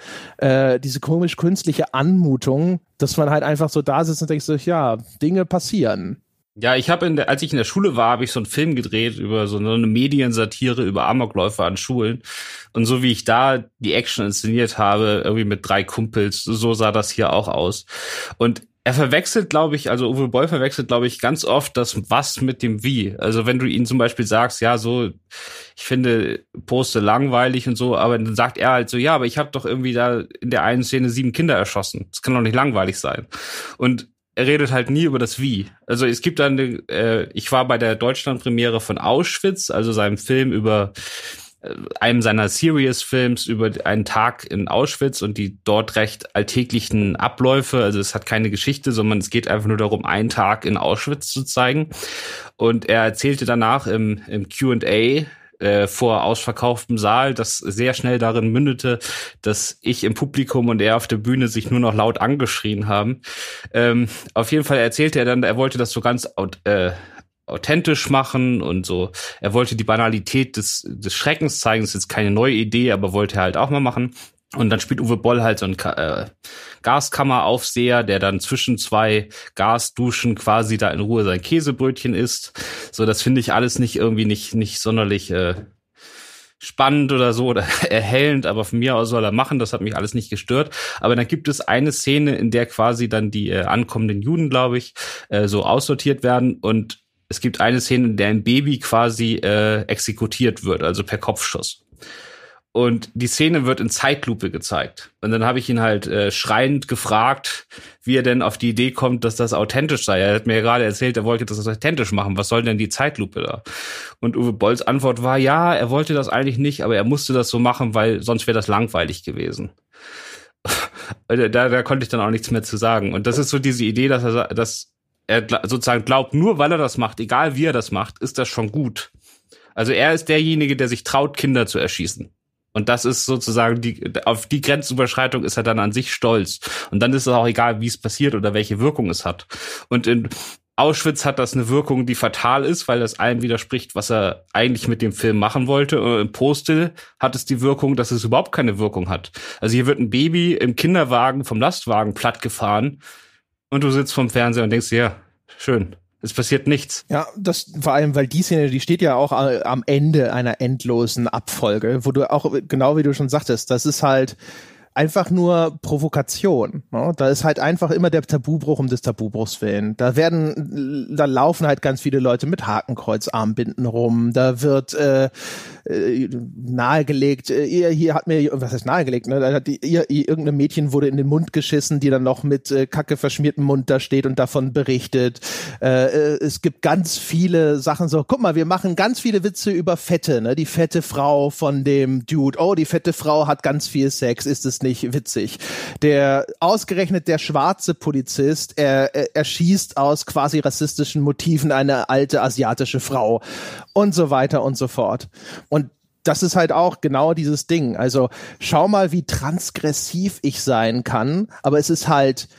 Anmutung, dass man halt einfach so da sitzt und denkt so, ja, Dinge passieren.
Ja, als ich in der Schule war, habe ich so einen Film gedreht über so eine Mediensatire über Amokläufer an Schulen. Und so wie ich da die Action inszeniert habe, irgendwie mit 3 Kumpels, so sah das hier auch aus. Und er verwechselt, glaube ich, also Uwe Boll verwechselt, glaube ich, ganz oft das Was mit dem Wie. Also wenn du ihn zum Beispiel sagst, ja, so, ich finde Poste langweilig und so, aber dann sagt er halt so, ja, aber ich habe doch irgendwie da in der einen Szene 7 Kinder erschossen. Das kann doch nicht langweilig sein. Und er redet halt nie über das Wie. Also es gibt dann, ich war bei der Deutschlandpremiere von Auschwitz, also seinem Film über einem seiner Serious-Films über einen Tag in Auschwitz und die dort recht alltäglichen Abläufe. Also es hat keine Geschichte, sondern es geht einfach nur darum, einen Tag in Auschwitz zu zeigen. Und er erzählte danach im Q&A vor ausverkauftem Saal, das sehr schnell darin mündete, dass ich im Publikum und er auf der Bühne sich nur noch laut angeschrien haben. Auf jeden Fall erzählte er dann, er wollte das so ganz authentisch machen und so. Er wollte die Banalität des Schreckens zeigen. Das ist jetzt keine neue Idee, aber wollte er halt auch mal machen. Und dann spielt Uwe Boll halt so einen Gaskammeraufseher, der dann zwischen 2 Gasduschen quasi da in Ruhe sein Käsebrötchen isst. So, das finde ich alles nicht sonderlich spannend oder so oder erhellend, aber von mir aus soll er machen, das hat mich alles nicht gestört. Aber dann gibt es eine Szene, in der quasi dann die ankommenden Juden, glaube ich, so aussortiert werden und es gibt eine Szene, in der ein Baby quasi exekutiert wird, also per Kopfschuss. Und die Szene wird in Zeitlupe gezeigt. Und dann habe ich ihn halt schreiend gefragt, wie er denn auf die Idee kommt, dass das authentisch sei. Er hat mir ja gerade erzählt, er wollte das authentisch machen. Was soll denn die Zeitlupe da? Und Uwe Bolls Antwort war, ja, er wollte das eigentlich nicht, aber er musste das so machen, weil sonst wäre das langweilig gewesen. Da konnte ich dann auch nichts mehr zu sagen. Und das ist so diese Idee, dass er sozusagen glaubt, nur weil er das macht, egal wie er das macht, ist das schon gut. Also er ist derjenige, der sich traut, Kinder zu erschießen. Und das ist sozusagen auf die Grenzüberschreitung ist er dann an sich stolz. Und dann ist es auch egal, wie es passiert oder welche Wirkung es hat. Und in Auschwitz hat das eine Wirkung, die fatal ist, weil das allem widerspricht, was er eigentlich mit dem Film machen wollte. Und in Postel hat es die Wirkung, dass es überhaupt keine Wirkung hat. Also hier wird ein Baby im Kinderwagen vom Lastwagen plattgefahren und du sitzt vorm Fernseher und denkst, ja, schön. Es passiert nichts.
Ja, das vor allem, weil die Szene, die steht ja auch am Ende einer endlosen Abfolge, wo du auch, genau wie du schon sagtest, das ist halt einfach nur Provokation. Ne? Da ist halt einfach immer der Tabubruch des Tabubruchs willen. Da laufen halt ganz viele Leute mit Hakenkreuzarmbinden rum. Da wird nahegelegt, hier hat mir, was heißt nahegelegt, ne? Da hat irgendein Mädchen wurde in den Mund geschissen, die dann noch mit Kacke verschmiertem Mund da steht und davon berichtet. Es gibt ganz viele Sachen so, guck mal, wir machen ganz viele Witze über Fette, ne? Die fette Frau von dem Dude, oh, die fette Frau hat ganz viel Sex, ist es nicht witzig? Ausgerechnet der schwarze Polizist, er schießt aus quasi rassistischen Motiven eine alte asiatische Frau und so weiter und so fort. Und das ist halt auch genau dieses Ding. Also schau mal, wie transgressiv ich sein kann, aber es ist halt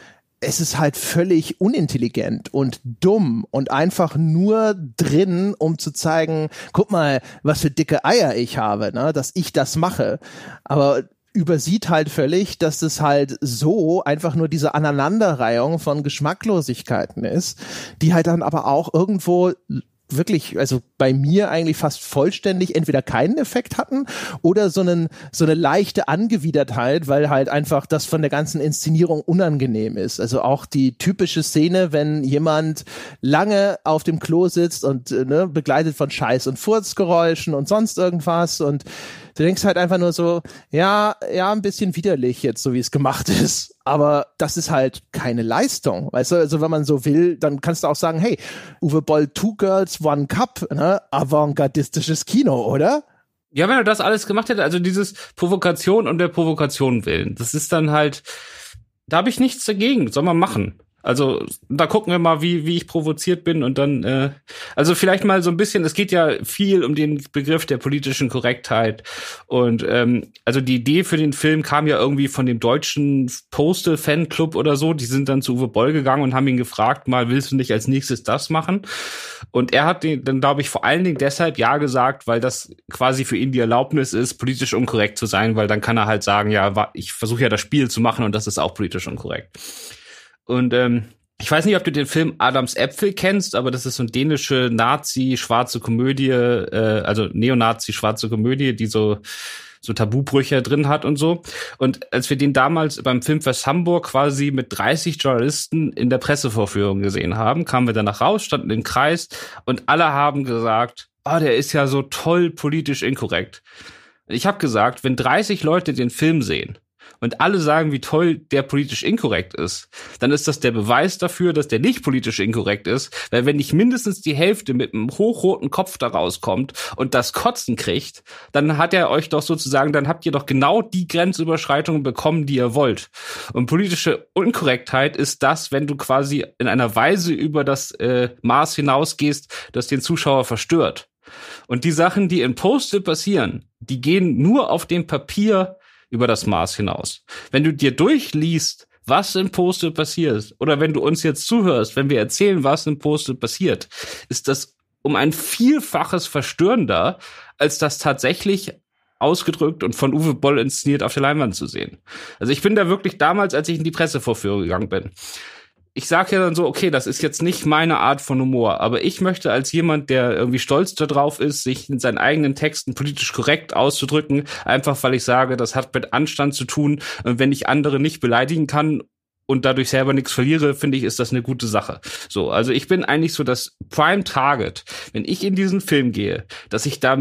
völlig unintelligent und dumm und einfach nur drin, um zu zeigen, guck mal, was für dicke Eier ich habe, ne, dass ich das mache. Aber übersieht halt völlig, dass das halt so einfach nur diese Aneinanderreihung von Geschmacklosigkeiten ist, die halt dann aber auch irgendwo wirklich, also bei mir eigentlich fast vollständig entweder keinen Effekt hatten oder so eine leichte Angewidertheit, weil halt einfach das von der ganzen Inszenierung unangenehm ist. Also auch die typische Szene, wenn jemand lange auf dem Klo sitzt und begleitet von Scheiß- und Furzgeräuschen und sonst irgendwas und du denkst halt einfach nur so, ja, ein bisschen widerlich jetzt, so wie es gemacht ist. Aber das ist halt keine Leistung. Weißt du, also wenn man so will, dann kannst du auch sagen, hey, Uwe Boll, Two Girls, One Cup, ne? Avantgardistisches Kino, oder?
Ja, wenn er das alles gemacht hätte, also dieses Provokation und der Provokation willen, das ist dann halt, da habe ich nichts dagegen, soll man machen. Also da gucken wir mal, wie ich provoziert bin und dann, also vielleicht mal so ein bisschen, es geht ja viel um den Begriff der politischen Korrektheit und also die Idee für den Film kam ja irgendwie von dem deutschen Postal-Fanclub oder so, die sind dann zu Uwe Boll gegangen und haben ihn gefragt, mal willst du nicht als nächstes das machen? Und er hat dann, glaube ich, vor allen Dingen deshalb ja gesagt, weil das quasi für ihn die Erlaubnis ist, politisch unkorrekt zu sein, weil dann kann er halt sagen, ja, ich versuche ja das Spiel zu machen und das ist auch politisch unkorrekt. Und ich weiß nicht, ob du den Film Adams Äpfel kennst, aber das ist so eine dänische Nazi-schwarze Komödie, also Neonazi-schwarze Komödie, die so Tabubrüche drin hat und so. Und als wir den damals beim Filmfest Hamburg quasi mit 30 Journalisten in der Pressevorführung gesehen haben, kamen wir danach raus, standen im Kreis und alle haben gesagt, oh, der ist ja so toll politisch inkorrekt. Ich habe gesagt, wenn 30 Leute den Film sehen und alle sagen, wie toll der politisch inkorrekt ist, dann ist das der Beweis dafür, dass der nicht politisch inkorrekt ist, weil wenn nicht mindestens die Hälfte mit einem hochroten Kopf da rauskommt und das Kotzen kriegt, dann hat er euch doch sozusagen, dann habt ihr doch genau die Grenzüberschreitungen bekommen, die ihr wollt. Und politische Unkorrektheit ist das, wenn du quasi in einer Weise über das Maß hinausgehst, das den Zuschauer verstört. Und die Sachen, die in Postal passieren, die gehen nur auf dem Papier über das Maß hinaus. Wenn du dir durchliest, was im Postal passiert, oder wenn du uns jetzt zuhörst, wenn wir erzählen, was im Postal passiert, ist das um ein Vielfaches verstörender, als das tatsächlich ausgedrückt und von Uwe Boll inszeniert auf der Leinwand zu sehen. Also ich bin da wirklich damals, als ich in die Pressevorführung gegangen bin, ich sage ja dann so, okay, das ist jetzt nicht meine Art von Humor, aber ich möchte als jemand, der irgendwie stolz darauf ist, sich in seinen eigenen Texten politisch korrekt auszudrücken, einfach weil ich sage, das hat mit Anstand zu tun, wenn ich andere nicht beleidigen kann und dadurch selber nichts verliere, finde ich, ist das eine gute Sache. So, also ich bin eigentlich so das Prime Target, wenn ich in diesen Film gehe, dass ich da mit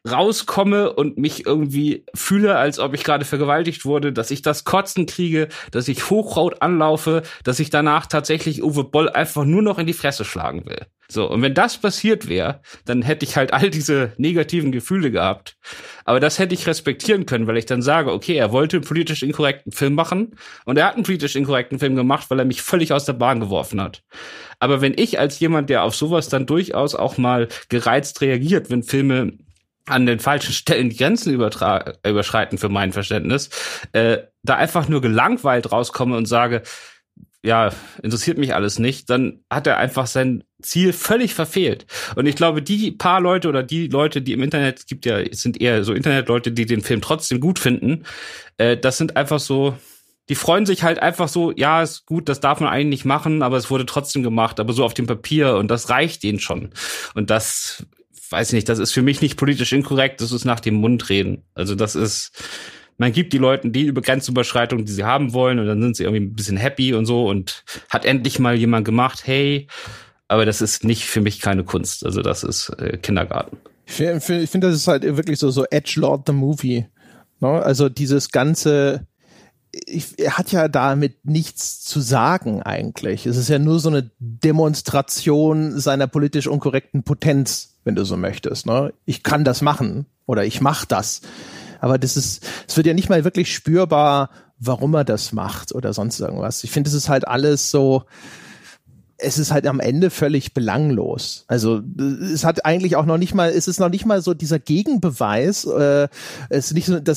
rauskomme und mich irgendwie fühle, als ob ich gerade vergewaltigt wurde, dass ich das Kotzen kriege, dass ich hochrot anlaufe, dass ich danach tatsächlich Uwe Boll einfach nur noch in die Fresse schlagen will. So, und wenn das passiert wäre, dann hätte ich halt all diese negativen Gefühle gehabt. Aber das hätte ich respektieren können, weil ich dann sage, okay, er wollte einen politisch inkorrekten Film machen und er hat einen politisch inkorrekten Film gemacht, weil er mich völlig aus der Bahn geworfen hat. Aber wenn ich als jemand, der auf sowas dann durchaus auch mal gereizt reagiert, wenn Filme an den falschen Stellen die Grenzen überschreiten für mein Verständnis, da einfach nur gelangweilt rauskomme und sage, ja, interessiert mich alles nicht, dann hat er einfach sein Ziel völlig verfehlt. Und ich glaube, die paar Leute oder die Leute, die im Internet, es gibt ja, es sind eher so Internetleute, die den Film trotzdem gut finden, das sind einfach so, die freuen sich halt einfach so, ja, ist gut, das darf man eigentlich nicht machen, aber es wurde trotzdem gemacht, aber so auf dem Papier und das reicht ihnen schon. Und das, weiß ich nicht, das ist für mich nicht politisch inkorrekt, das ist nach dem Mund reden. Also das ist, man gibt die Leuten die Grenzüberschreitung, die sie haben wollen und dann sind sie irgendwie ein bisschen happy und so und hat endlich mal jemand gemacht, hey, aber das ist nicht für mich keine Kunst, also das ist Kindergarten.
Ich finde, das ist halt wirklich so Edgelord the Movie. Ne? Also dieses ganze, er hat ja damit nichts zu sagen eigentlich. Es ist ja nur so eine Demonstration seiner politisch unkorrekten Potenz, wenn du so möchtest. Ne? Ich kann das machen oder ich mach das. Aber es wird ja nicht mal wirklich spürbar, warum er das macht oder sonst irgendwas. Ich finde, es ist halt alles so, es ist halt am Ende völlig belanglos. Also es hat eigentlich auch noch nicht mal so dieser Gegenbeweis. Es ist nicht so, dass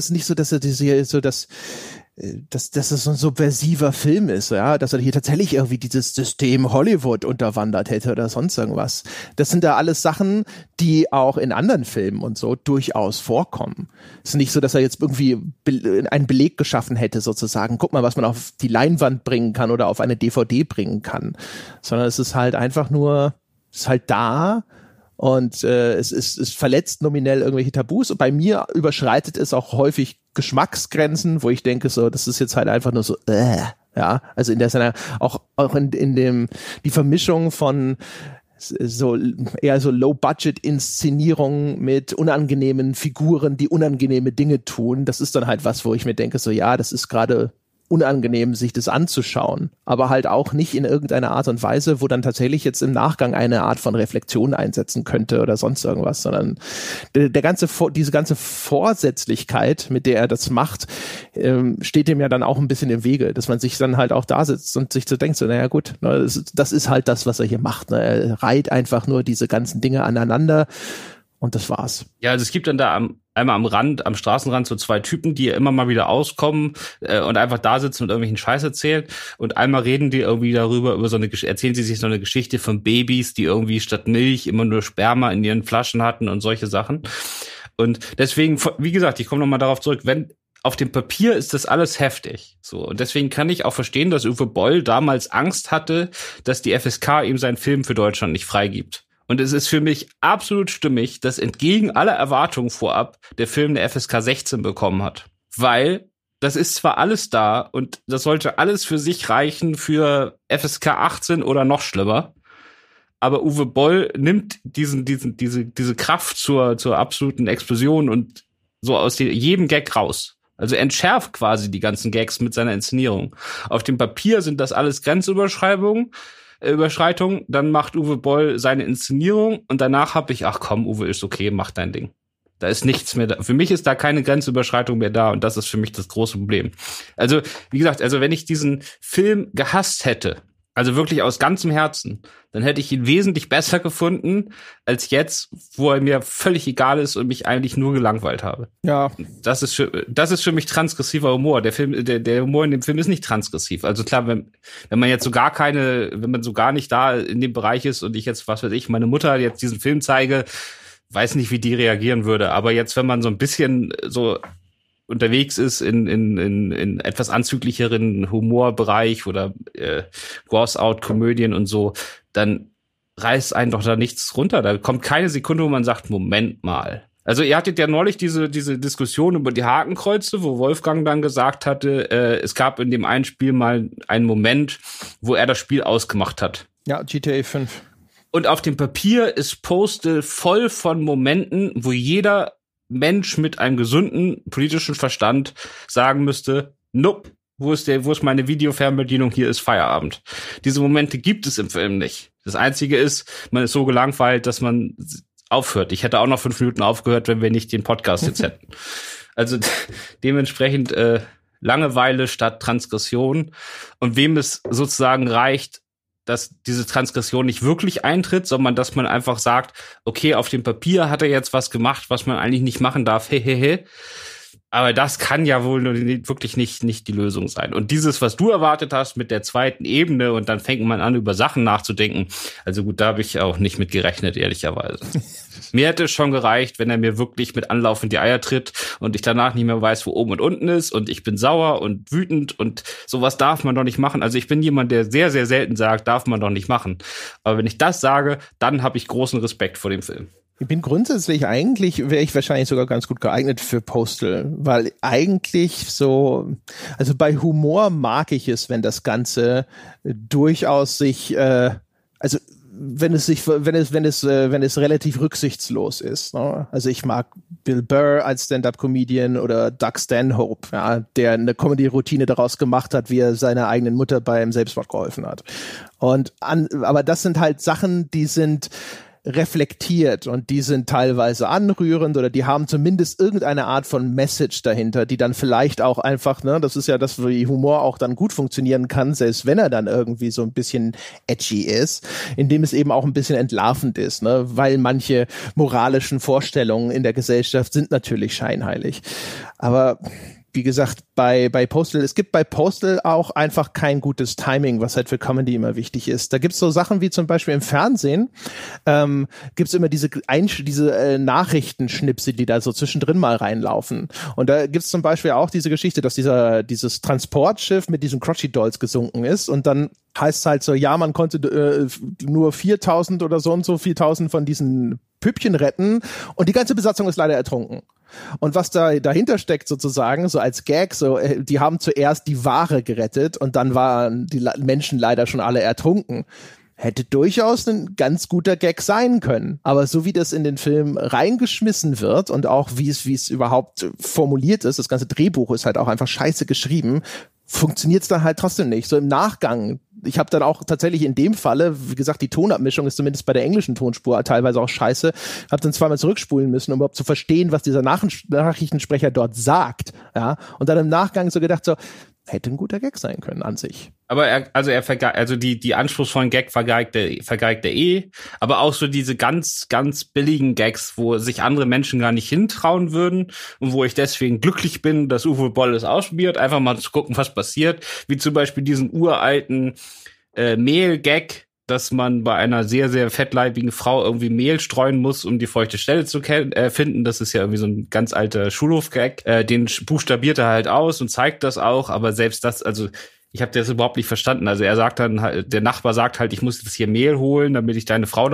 es so ein subversiver Film ist, ja, dass er hier tatsächlich irgendwie dieses System Hollywood unterwandert hätte oder sonst irgendwas. Das sind da alles Sachen, die auch in anderen Filmen und so durchaus vorkommen. Es ist nicht so, dass er jetzt irgendwie einen Beleg geschaffen hätte, sozusagen, guck mal, was man auf die Leinwand bringen kann oder auf eine DVD bringen kann, sondern es ist halt einfach nur, es ist halt da. Und es verletzt nominell irgendwelche Tabus. Und bei mir überschreitet es auch häufig Geschmacksgrenzen, wo ich denke, so, das ist jetzt halt einfach nur so, ja, also in der seiner auch in dem die Vermischung von so eher so Low-Budget-Inszenierungen mit unangenehmen Figuren, die unangenehme Dinge tun. Das ist dann halt was, wo ich mir denke, so, ja, das ist gerade unangenehm, sich das anzuschauen, aber halt auch nicht in irgendeiner Art und Weise, wo dann tatsächlich jetzt im Nachgang eine Art von Reflexion einsetzen könnte oder sonst irgendwas, sondern diese ganze Vorsätzlichkeit, mit der er das macht, steht dem ja dann auch ein bisschen im Wege, dass man sich dann halt auch da sitzt und sich so denkt, so, naja gut, das ist halt das, was er hier macht. Ne? Er reiht einfach nur diese ganzen Dinge aneinander und das war's.
Ja, also es gibt dann da einmal am Straßenrand so zwei Typen, die immer mal wieder auskommen und einfach da sitzen und irgendwelchen Scheiß erzählen. Und einmal reden die irgendwie erzählen sie sich so eine Geschichte von Babys, die irgendwie statt Milch immer nur Sperma in ihren Flaschen hatten und solche Sachen. Und deswegen, wie gesagt, ich komme nochmal darauf zurück, wenn auf dem Papier ist das alles heftig. So. Und deswegen kann ich auch verstehen, dass Uwe Boll damals Angst hatte, dass die FSK ihm seinen Film für Deutschland nicht freigibt. Und es ist für mich absolut stimmig, dass entgegen aller Erwartungen vorab der Film eine FSK 16 bekommen hat. Weil das ist zwar alles da und das sollte alles für sich reichen für FSK 18 oder noch schlimmer. Aber Uwe Boll nimmt diese Kraft zur absoluten Explosion und so aus jedem Gag raus. Also entschärft quasi die ganzen Gags mit seiner Inszenierung. Auf dem Papier sind das alles Grenzüberschreitungen, dann macht Uwe Boll seine Inszenierung und danach habe ich, ach komm, Uwe, ist okay, mach dein Ding. Da ist nichts mehr da. Für mich ist da keine Grenzüberschreitung mehr da und das ist für mich das große Problem. Also, wie gesagt, wenn ich diesen Film gehasst hätte, also wirklich aus ganzem Herzen, dann hätte ich ihn wesentlich besser gefunden als jetzt, wo er mir völlig egal ist und mich eigentlich nur gelangweilt habe.
Ja.
Das ist für mich transgressiver Humor. Der Humor in dem Film ist nicht transgressiv. Also klar, wenn man jetzt wenn man so gar nicht da in dem Bereich ist und ich jetzt, was weiß ich, meine Mutter jetzt diesen Film zeige, weiß nicht, wie die reagieren würde. Aber jetzt, wenn man so ein bisschen so unterwegs ist in etwas anzüglicheren Humorbereich oder Gross-Out-Komödien und so, dann reißt einen doch da nichts runter. Da kommt keine Sekunde, wo man sagt, Moment mal. Also ihr hattet ja neulich diese Diskussion über die Hakenkreuze, wo Wolfgang dann gesagt hatte, es gab in dem einen Spiel mal einen Moment, wo er das Spiel ausgemacht hat.
Ja, GTA 5.
Und auf dem Papier ist Postal voll von Momenten, wo jeder Mensch mit einem gesunden politischen Verstand sagen müsste, nope, wo ist meine Videofernbedienung, hier ist Feierabend. Diese Momente gibt es im Film nicht. Das Einzige ist, man ist so gelangweilt, dass man aufhört. Ich hätte auch noch 5 Minuten aufgehört, wenn wir nicht den Podcast jetzt hätten. Also dementsprechend Langeweile statt Transgression. Und wem es sozusagen reicht, dass diese Transgression nicht wirklich eintritt, sondern dass man einfach sagt, okay, auf dem Papier hat er jetzt was gemacht, was man eigentlich nicht machen darf, hehehe. Aber das kann ja wohl wirklich nicht die Lösung sein. Und dieses, was du erwartet hast mit der zweiten Ebene und dann fängt man an, über Sachen nachzudenken. Also gut, da habe ich auch nicht mit gerechnet, ehrlicherweise. Mir hätte es schon gereicht, wenn er mir wirklich mit Anlauf in die Eier tritt und ich danach nicht mehr weiß, wo oben und unten ist und ich bin sauer und wütend und sowas darf man doch nicht machen. Also ich bin jemand, der sehr, sehr selten sagt, darf man doch nicht machen. Aber wenn ich das sage, dann habe ich großen Respekt vor dem Film.
Ich bin grundsätzlich wäre ich wahrscheinlich sogar ganz gut geeignet für Postal, weil eigentlich so, also bei Humor mag ich es, wenn das Ganze durchaus sich, also wenn es relativ rücksichtslos ist. Ne? Also ich mag Bill Burr als Stand-up-Comedian oder Doug Stanhope, ja, der eine Comedy-Routine daraus gemacht hat, wie er seiner eigenen Mutter beim Selbstmord geholfen hat. Aber das sind halt Sachen, die sind reflektiert und die sind teilweise anrührend oder die haben zumindest irgendeine Art von Message dahinter, die dann vielleicht auch einfach, ne, das ist ja das, wie Humor auch dann gut funktionieren kann, selbst wenn er dann irgendwie so ein bisschen edgy ist, indem es eben auch ein bisschen entlarvend ist, ne, weil manche moralischen Vorstellungen in der Gesellschaft sind natürlich scheinheilig. Aber wie gesagt, es gibt bei Postal auch einfach kein gutes Timing, was halt für Comedy immer wichtig ist. Da gibt's so Sachen wie zum Beispiel im Fernsehen, gibt's immer diese Nachrichtenschnipsel, die da so zwischendrin mal reinlaufen. Und da gibt's zum Beispiel auch diese Geschichte, dass dieses Transportschiff mit diesen Crotchy Dolls gesunken ist und dann heißt es halt so, ja, man konnte nur 4.000 oder so und so 4.000 von diesen Püppchen retten und die ganze Besatzung ist leider ertrunken. Und was da dahinter steckt sozusagen, so als Gag, so die haben zuerst die Ware gerettet und dann waren die Menschen leider schon alle ertrunken. Hätte durchaus ein ganz guter Gag sein können. Aber so wie das in den Film reingeschmissen wird und auch wie es überhaupt formuliert ist, das ganze Drehbuch ist halt auch einfach scheiße geschrieben, funktioniert es dann halt trotzdem nicht. So im Nachgang, ich habe dann auch tatsächlich in dem Falle, wie gesagt, die Tonabmischung ist zumindest bei der englischen Tonspur teilweise auch scheiße, habe dann zweimal zurückspulen müssen, um überhaupt zu verstehen, was dieser Nachrichtensprecher dort sagt. Ja, und dann im Nachgang so gedacht, so, hätte ein guter Gag sein können an sich.
Aber die anspruchsvollen Gag vergeigt er aber auch so diese ganz, ganz billigen Gags, wo sich andere Menschen gar nicht hintrauen würden und wo ich deswegen glücklich bin, dass Uwe Boll es ausprobiert, einfach mal zu gucken, was passiert, wie zum Beispiel diesen uralten Mehl-Gag, dass man bei einer sehr, sehr fettleibigen Frau irgendwie Mehl streuen muss, um die feuchte Stelle zu finden. Das ist ja irgendwie so ein ganz alter Schulhof-Gag. Den buchstabiert er halt aus und zeigt das auch, aber selbst das, also ich habe das überhaupt nicht verstanden. Also er sagt dann, der Nachbar sagt halt, ich muss jetzt hier Mehl holen, damit ich deine Frau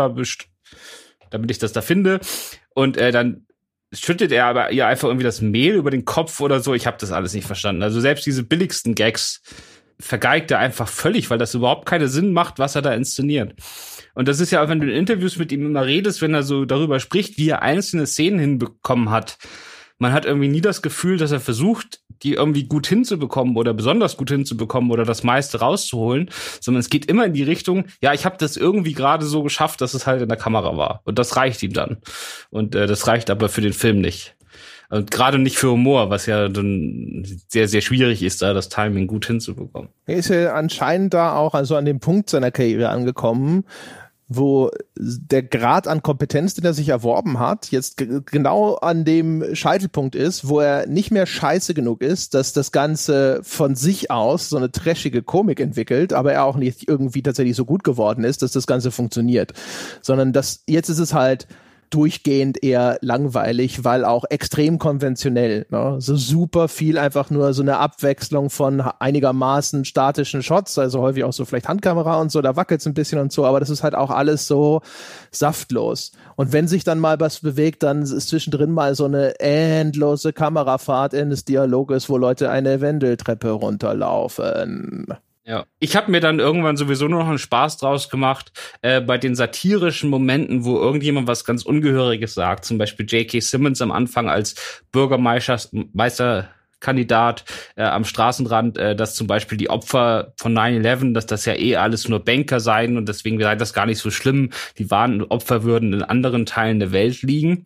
damit ich das da finde. Und dann schüttet er aber ihr einfach irgendwie das Mehl über den Kopf oder so. Ich habe das alles nicht verstanden. Also selbst diese billigsten Gags vergeigt er einfach völlig, weil das überhaupt keinen Sinn macht, was er da inszeniert. Und das ist ja auch, wenn du in Interviews mit ihm immer redest, wenn er so darüber spricht, wie er einzelne Szenen hinbekommen hat. Man hat irgendwie nie das Gefühl, dass er versucht, die irgendwie gut hinzubekommen oder besonders gut hinzubekommen oder das meiste rauszuholen, sondern es geht immer in die Richtung, ja, ich habe das irgendwie gerade so geschafft, dass es halt in der Kamera war. Und das reicht ihm dann. Und das reicht aber für den Film nicht. Und gerade nicht für Humor, was ja dann sehr, sehr schwierig ist, da das Timing gut hinzubekommen.
Er ist ja anscheinend da auch also an dem Punkt seiner Karriere angekommen, wo der Grad an Kompetenz, den er sich erworben hat, jetzt genau an dem Scheitelpunkt ist, wo er nicht mehr scheiße genug ist, dass das Ganze von sich aus so eine trashige Komik entwickelt, aber er auch nicht irgendwie tatsächlich so gut geworden ist, dass das Ganze funktioniert. Sondern jetzt ist es halt durchgehend eher langweilig, weil auch extrem konventionell, ne? So super viel einfach nur so eine Abwechslung von einigermaßen statischen Shots, also häufig auch so vielleicht Handkamera und so, da wackelt's ein bisschen und so, aber das ist halt auch alles so saftlos. Und wenn sich dann mal was bewegt, dann ist zwischendrin mal so eine endlose Kamerafahrt eines Dialoges, wo Leute eine Wendeltreppe runterlaufen.
Ja, ich habe mir dann irgendwann sowieso nur noch einen Spaß draus gemacht, bei den satirischen Momenten, wo irgendjemand was ganz Ungehöriges sagt. Zum Beispiel J.K. Simmons am Anfang als Bürgermeisterkandidat am Straßenrand, dass zum Beispiel die Opfer von 9/11, dass das ja alles nur Banker seien und deswegen sei das gar nicht so schlimm. Die wahren Opfer würden in anderen Teilen der Welt leben.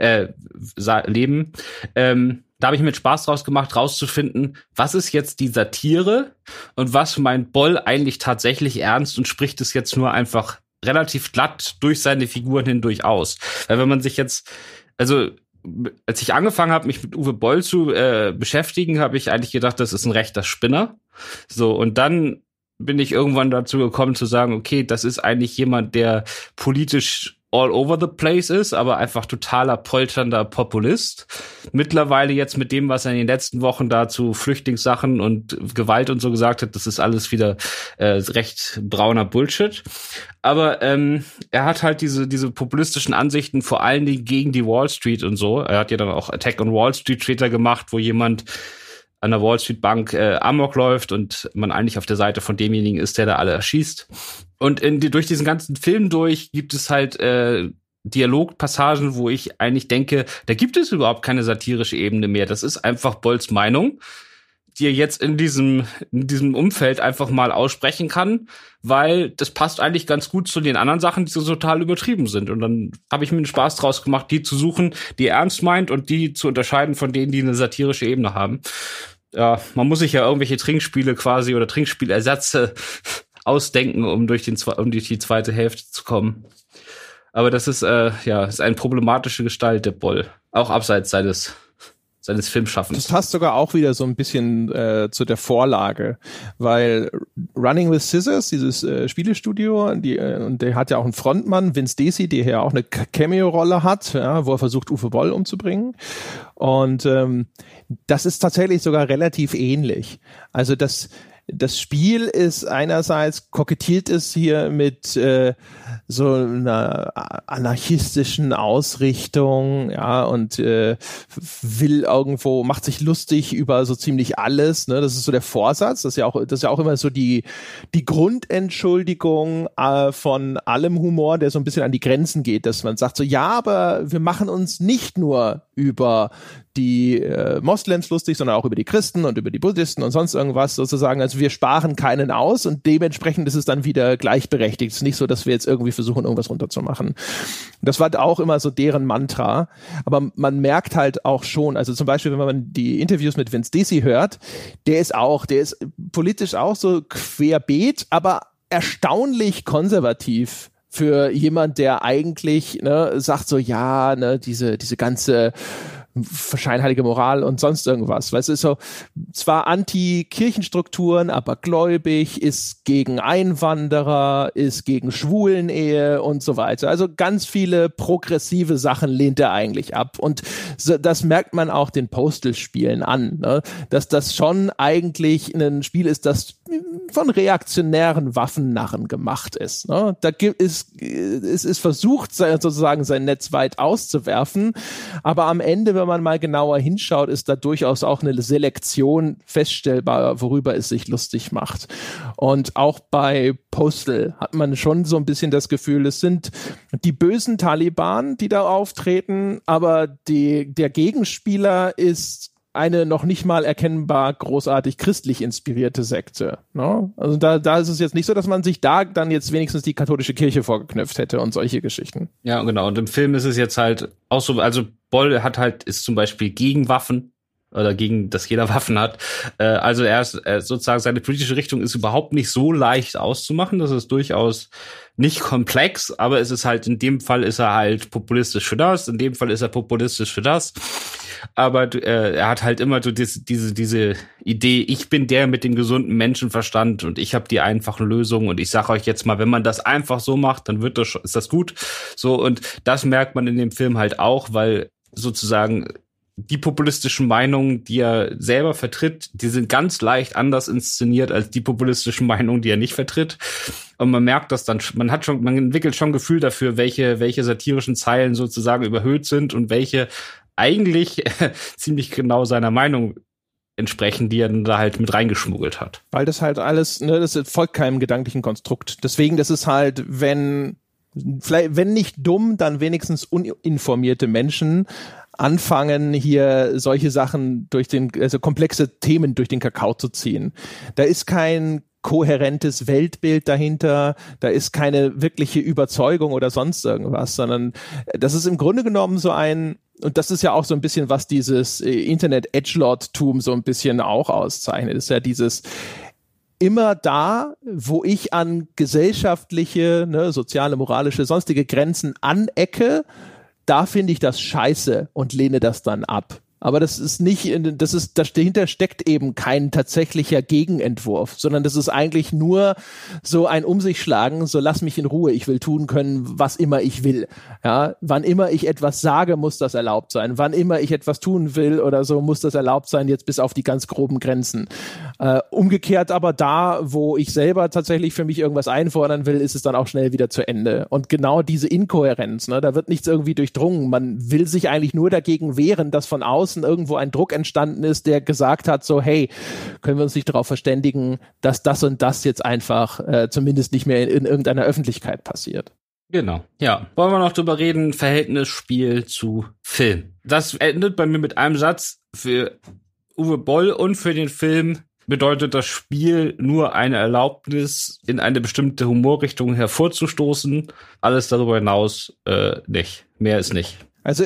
Da habe ich mir Spaß draus gemacht, rauszufinden, was ist jetzt die Satire und was meint Boll eigentlich tatsächlich ernst und spricht es jetzt nur einfach relativ glatt durch seine Figuren hindurch aus. Weil wenn man sich jetzt, also als ich angefangen habe, mich mit Uwe Boll zu beschäftigen, habe ich eigentlich gedacht, das ist ein rechter Spinner. So, und dann bin ich irgendwann dazu gekommen zu sagen, okay, das ist eigentlich jemand, der politisch all over the place ist, aber einfach totaler polternder Populist. Mittlerweile jetzt mit dem, was er in den letzten Wochen da zu Flüchtlingssachen und Gewalt und so gesagt hat, das ist alles wieder recht brauner Bullshit. Aber er hat halt diese populistischen Ansichten vor allen Dingen gegen die Wall Street und so. Er hat ja dann auch Attack on Wall Street später gemacht, wo jemand an der Wall Street Bank Amok läuft und man eigentlich auf der Seite von demjenigen ist, der da alle erschießt. Und durch diesen ganzen Film gibt es halt Dialogpassagen, wo ich eigentlich denke, da gibt es überhaupt keine satirische Ebene mehr. Das ist einfach Bolls Meinung, die er jetzt in diesem Umfeld einfach mal aussprechen kann, weil das passt eigentlich ganz gut zu den anderen Sachen, die so total übertrieben sind. Und dann habe ich mir den Spaß draus gemacht, die zu suchen, die er ernst meint und die zu unterscheiden von denen, die eine satirische Ebene haben. Ja, man muss sich ja irgendwelche Trinkspiele quasi oder Trinkspielersätze ausdenken, um durch die zweite Hälfte zu kommen. Aber das ist ist eine problematische Gestalt, der Boll. Auch abseits seines Filmschaffens.
Das passt sogar auch wieder so ein bisschen zu der Vorlage, weil Running with Scissors, dieses Spielestudio, und der hat ja auch einen Frontmann, Vince Desi, der ja auch eine Cameo-Rolle hat, ja, wo er versucht, Uwe Boll umzubringen. Und das ist tatsächlich sogar relativ ähnlich. Also das Spiel ist einerseits, kokettiert es hier mit so einer anarchistischen Ausrichtung, ja, und macht sich lustig über so ziemlich alles, ne? Das ist so der Vorsatz, das ist ja auch immer so die Grundentschuldigung von allem Humor, der so ein bisschen an die Grenzen geht, dass man sagt so, ja, aber wir machen uns nicht nur über die Moslems lustig, sondern auch über die Christen und über die Buddhisten und sonst irgendwas sozusagen. Also wir sparen keinen aus und dementsprechend ist es dann wieder gleichberechtigt. Es ist nicht so, dass wir jetzt irgendwie versuchen, irgendwas runterzumachen. Das war auch immer so deren Mantra. Aber man merkt halt auch schon, also zum Beispiel, wenn man die Interviews mit Vince Desi hört, der ist politisch auch so querbeet, aber erstaunlich konservativ. Für jemand, der eigentlich sagt so, ja, diese ganze scheinheilige Moral und sonst irgendwas. Weißt du, ist so zwar Anti-Kirchenstrukturen, aber gläubig, ist gegen Einwanderer, ist gegen Schwulenehe und so weiter. Also ganz viele progressive Sachen lehnt er eigentlich ab. Und das merkt man auch den Postal-Spielen an, ne? Dass das schon eigentlich ein Spiel ist, das von reaktionären Waffennarren gemacht ist. Ne? Es ist versucht, sozusagen sein Netz weit auszuwerfen, aber am Ende, wenn man mal genauer hinschaut, ist da durchaus auch eine Selektion feststellbar, worüber es sich lustig macht. Und auch bei Postal hat man schon so ein bisschen das Gefühl, es sind die bösen Taliban, die da auftreten, aber der Gegenspieler ist eine noch nicht mal erkennbar großartig christlich inspirierte Sekte. Ne? Also da ist es jetzt nicht so, dass man sich da dann jetzt wenigstens die katholische Kirche vorgeknüpft hätte und solche Geschichten.
Ja, genau. Und im Film ist es jetzt halt auch so, also Boll ist zum Beispiel gegen Waffen oder gegen, dass jeder Waffen hat. Also er ist sozusagen, seine politische Richtung ist überhaupt nicht so leicht auszumachen. Das ist durchaus nicht komplex, aber es ist halt, in dem Fall ist er halt populistisch für das, in dem Fall ist er populistisch für das. Aber er hat halt immer so diese Idee, ich bin der mit dem gesunden Menschenverstand und ich habe die einfachen Lösungen und ich sage euch jetzt mal, wenn man das einfach so macht, dann ist das gut. So, und das merkt man in dem Film halt auch, weil sozusagen die populistischen Meinungen, die er selber vertritt, die sind ganz leicht anders inszeniert als die populistischen Meinungen, die er nicht vertritt. Und man merkt das dann, man entwickelt schon ein Gefühl dafür, welche satirischen Zeilen sozusagen überhöht sind und welche eigentlich ziemlich genau seiner Meinung entsprechen, die er dann da halt mit reingeschmuggelt hat.
Weil das halt alles, ne, das folgt keinem gedanklichen Konstrukt. Deswegen, das ist halt, wenn nicht dumm, dann wenigstens uninformierte Menschen anfangen, hier solche Sachen also komplexe Themen durch den Kakao zu ziehen. Da ist kein kohärentes Weltbild dahinter, da ist keine wirkliche Überzeugung oder sonst irgendwas, sondern das ist im Grunde genommen so und das ist ja auch so ein bisschen, was dieses Internet-Edgelord-Tum so ein bisschen auch auszeichnet, ist ja dieses immer da, wo ich an gesellschaftliche, ne, soziale, moralische, sonstige Grenzen anecke, da finde ich das scheiße und lehne das dann ab. Aber das ist nicht, dahinter steckt eben kein tatsächlicher Gegenentwurf, sondern das ist eigentlich nur so ein Umsichschlagen, so lass mich in Ruhe, ich will tun können, was immer ich will. Ja, wann immer ich etwas sage, muss das erlaubt sein. Wann immer ich etwas tun will oder so, muss das erlaubt sein, jetzt bis auf die ganz groben Grenzen. Umgekehrt aber da, wo ich selber tatsächlich für mich irgendwas einfordern will, ist es dann auch schnell wieder zu Ende. Und genau diese Inkohärenz, ne, da wird nichts irgendwie durchdrungen. Man will sich eigentlich nur dagegen wehren, dass von außen irgendwo ein Druck entstanden ist, der gesagt hat, so hey, können wir uns nicht darauf verständigen, dass das und das jetzt einfach zumindest nicht mehr in irgendeiner Öffentlichkeit passiert.
Genau, ja. Wollen wir noch drüber reden, Verhältnis Spiel zu Film. Das endet bei mir mit einem Satz: Für Uwe Boll und für den Film bedeutet das Spiel nur eine Erlaubnis, in eine bestimmte Humorrichtung hervorzustoßen. Alles darüber hinaus nicht. Mehr ist nicht.
Also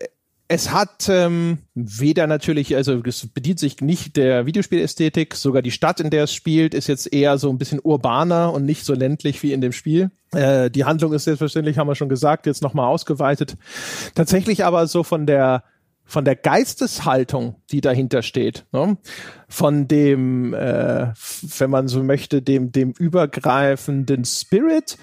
es hat weder natürlich, also es bedient sich nicht der Videospielästhetik, sogar die Stadt, in der es spielt, ist jetzt eher so ein bisschen urbaner und nicht so ländlich wie in dem Spiel. Die Handlung ist selbstverständlich, haben wir schon gesagt, jetzt nochmal ausgeweitet. Tatsächlich aber so von der Geisteshaltung, die dahinter steht, ne? Von dem, wenn man so möchte, dem übergreifenden Spirit,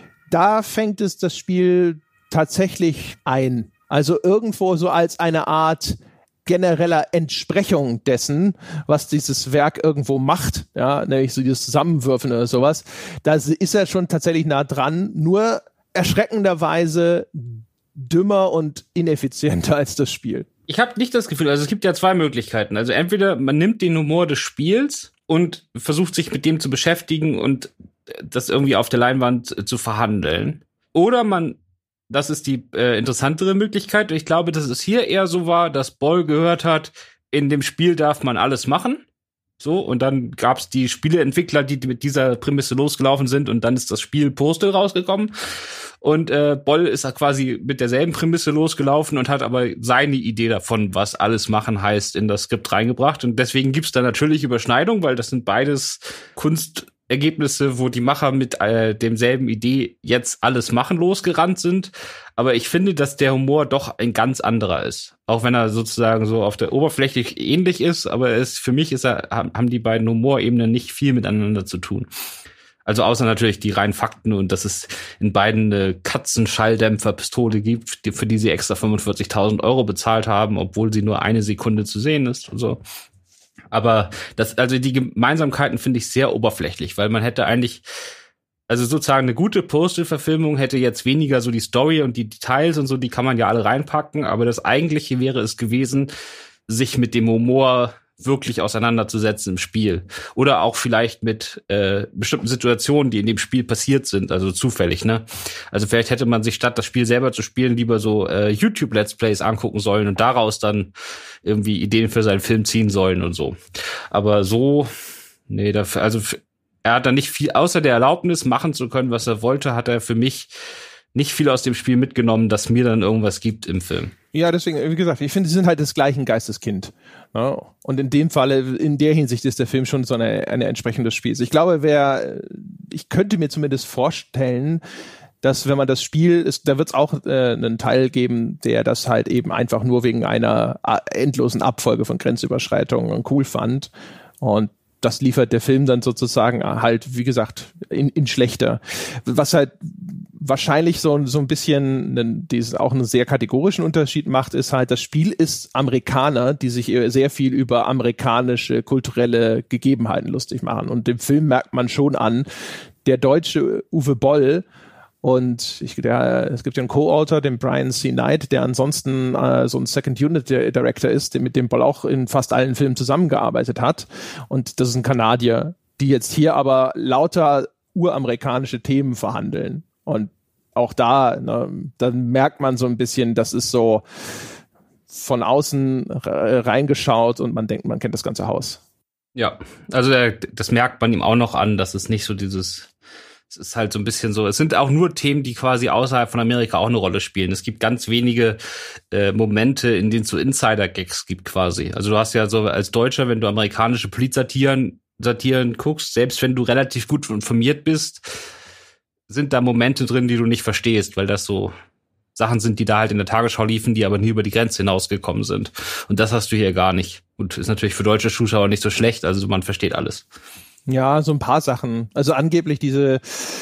da fängt es das Spiel tatsächlich ein. Also irgendwo so als eine Art genereller Entsprechung dessen, was dieses Werk irgendwo macht, ja, nämlich so dieses Zusammenwürfen oder sowas, da ist er schon tatsächlich nah dran, nur erschreckenderweise dümmer und ineffizienter als das Spiel.
Ich habe nicht das Gefühl, also es gibt ja zwei Möglichkeiten. Also entweder man nimmt den Humor des Spiels und versucht sich mit dem zu beschäftigen und das irgendwie auf der Leinwand zu verhandeln. Oder das ist die interessantere Möglichkeit. Ich glaube, dass es hier eher so war, dass Boll gehört hat, in dem Spiel darf man alles machen. So, und dann gab es die Spieleentwickler, die mit dieser Prämisse losgelaufen sind, und dann ist das Spiel Postal rausgekommen. Und Boll ist quasi mit derselben Prämisse losgelaufen und hat aber seine Idee davon, was alles machen heißt, in das Skript reingebracht. Und deswegen gibt's da natürlich Überschneidung, weil das sind beides Kunstergebnisse, wo die Macher mit demselben Idee jetzt alles machen losgerannt sind. Aber ich finde, dass der Humor doch ein ganz anderer ist. Auch wenn er sozusagen so auf der Oberfläche ähnlich ist, aber für mich haben die beiden Humorebenen nicht viel miteinander zu tun. Also außer natürlich die reinen Fakten und dass es in beiden eine Katzenschalldämpferpistole gibt, für die sie extra 45.000 € bezahlt haben, obwohl sie nur eine Sekunde zu sehen ist und so. Aber also die Gemeinsamkeiten finde ich sehr oberflächlich, weil man hätte eigentlich, also sozusagen eine gute Postal-Verfilmung hätte jetzt weniger so die Story und die Details und so, die kann man ja alle reinpacken, aber das Eigentliche wäre es gewesen, sich mit dem Humor wirklich auseinanderzusetzen im Spiel. Oder auch vielleicht mit bestimmten Situationen, die in dem Spiel passiert sind, also zufällig, ne? Also vielleicht hätte man sich, statt das Spiel selber zu spielen, lieber so YouTube-Let's Plays angucken sollen und daraus dann irgendwie Ideen für seinen Film ziehen sollen und so. Aber so, nee, er hat da nicht viel, außer der Erlaubnis, machen zu können, was er wollte, hat er für mich nicht viel aus dem Spiel mitgenommen, das mir dann irgendwas gibt im Film.
Ja, deswegen, wie gesagt, ich finde, sie sind halt des gleichen Geisteskind. Ja? Und in dem Falle, in der Hinsicht ist der Film schon so eine Entsprechung des Spiels. Ich glaube, ich könnte mir zumindest vorstellen, dass wenn man das Spiel ist, da wird es auch einen Teil geben, der das halt eben einfach nur wegen einer endlosen Abfolge von Grenzüberschreitungen cool fand. Und das liefert der Film dann sozusagen halt, wie gesagt, in schlechter. Was halt wahrscheinlich so ein bisschen auch einen sehr kategorischen Unterschied macht, ist halt, das Spiel ist Amerikaner, die sich sehr viel über amerikanische kulturelle Gegebenheiten lustig machen. Und dem Film merkt man schon an, der deutsche Uwe Boll Und es gibt ja einen Co-Autor, den Brian C. Knight, der ansonsten so ein Second-Unit-Director ist, der mit dem Paul auch in fast allen Filmen zusammengearbeitet hat. Und das ist ein Kanadier, die jetzt hier aber lauter uramerikanische Themen verhandeln. Und auch da, ne, dann merkt man so ein bisschen, das ist so von außen reingeschaut und man denkt, man kennt das ganze Haus.
Ja, also das merkt man ihm auch noch an, dass es nicht so es ist halt so ein bisschen so, es sind auch nur Themen, die quasi außerhalb von Amerika auch eine Rolle spielen. Es gibt ganz wenige Momente, in denen es so Insider-Gags gibt quasi. Also du hast ja so als Deutscher, wenn du amerikanische Politsatiren guckst, selbst wenn du relativ gut informiert bist, sind da Momente drin, die du nicht verstehst, weil das so Sachen sind, die da halt in der Tagesschau liefen, die aber nie über die Grenze hinausgekommen sind. Und das hast du hier gar nicht. Und ist natürlich für deutsche Zuschauer nicht so schlecht, also man versteht alles.
Ja, so ein paar Sachen. Also angeblich diese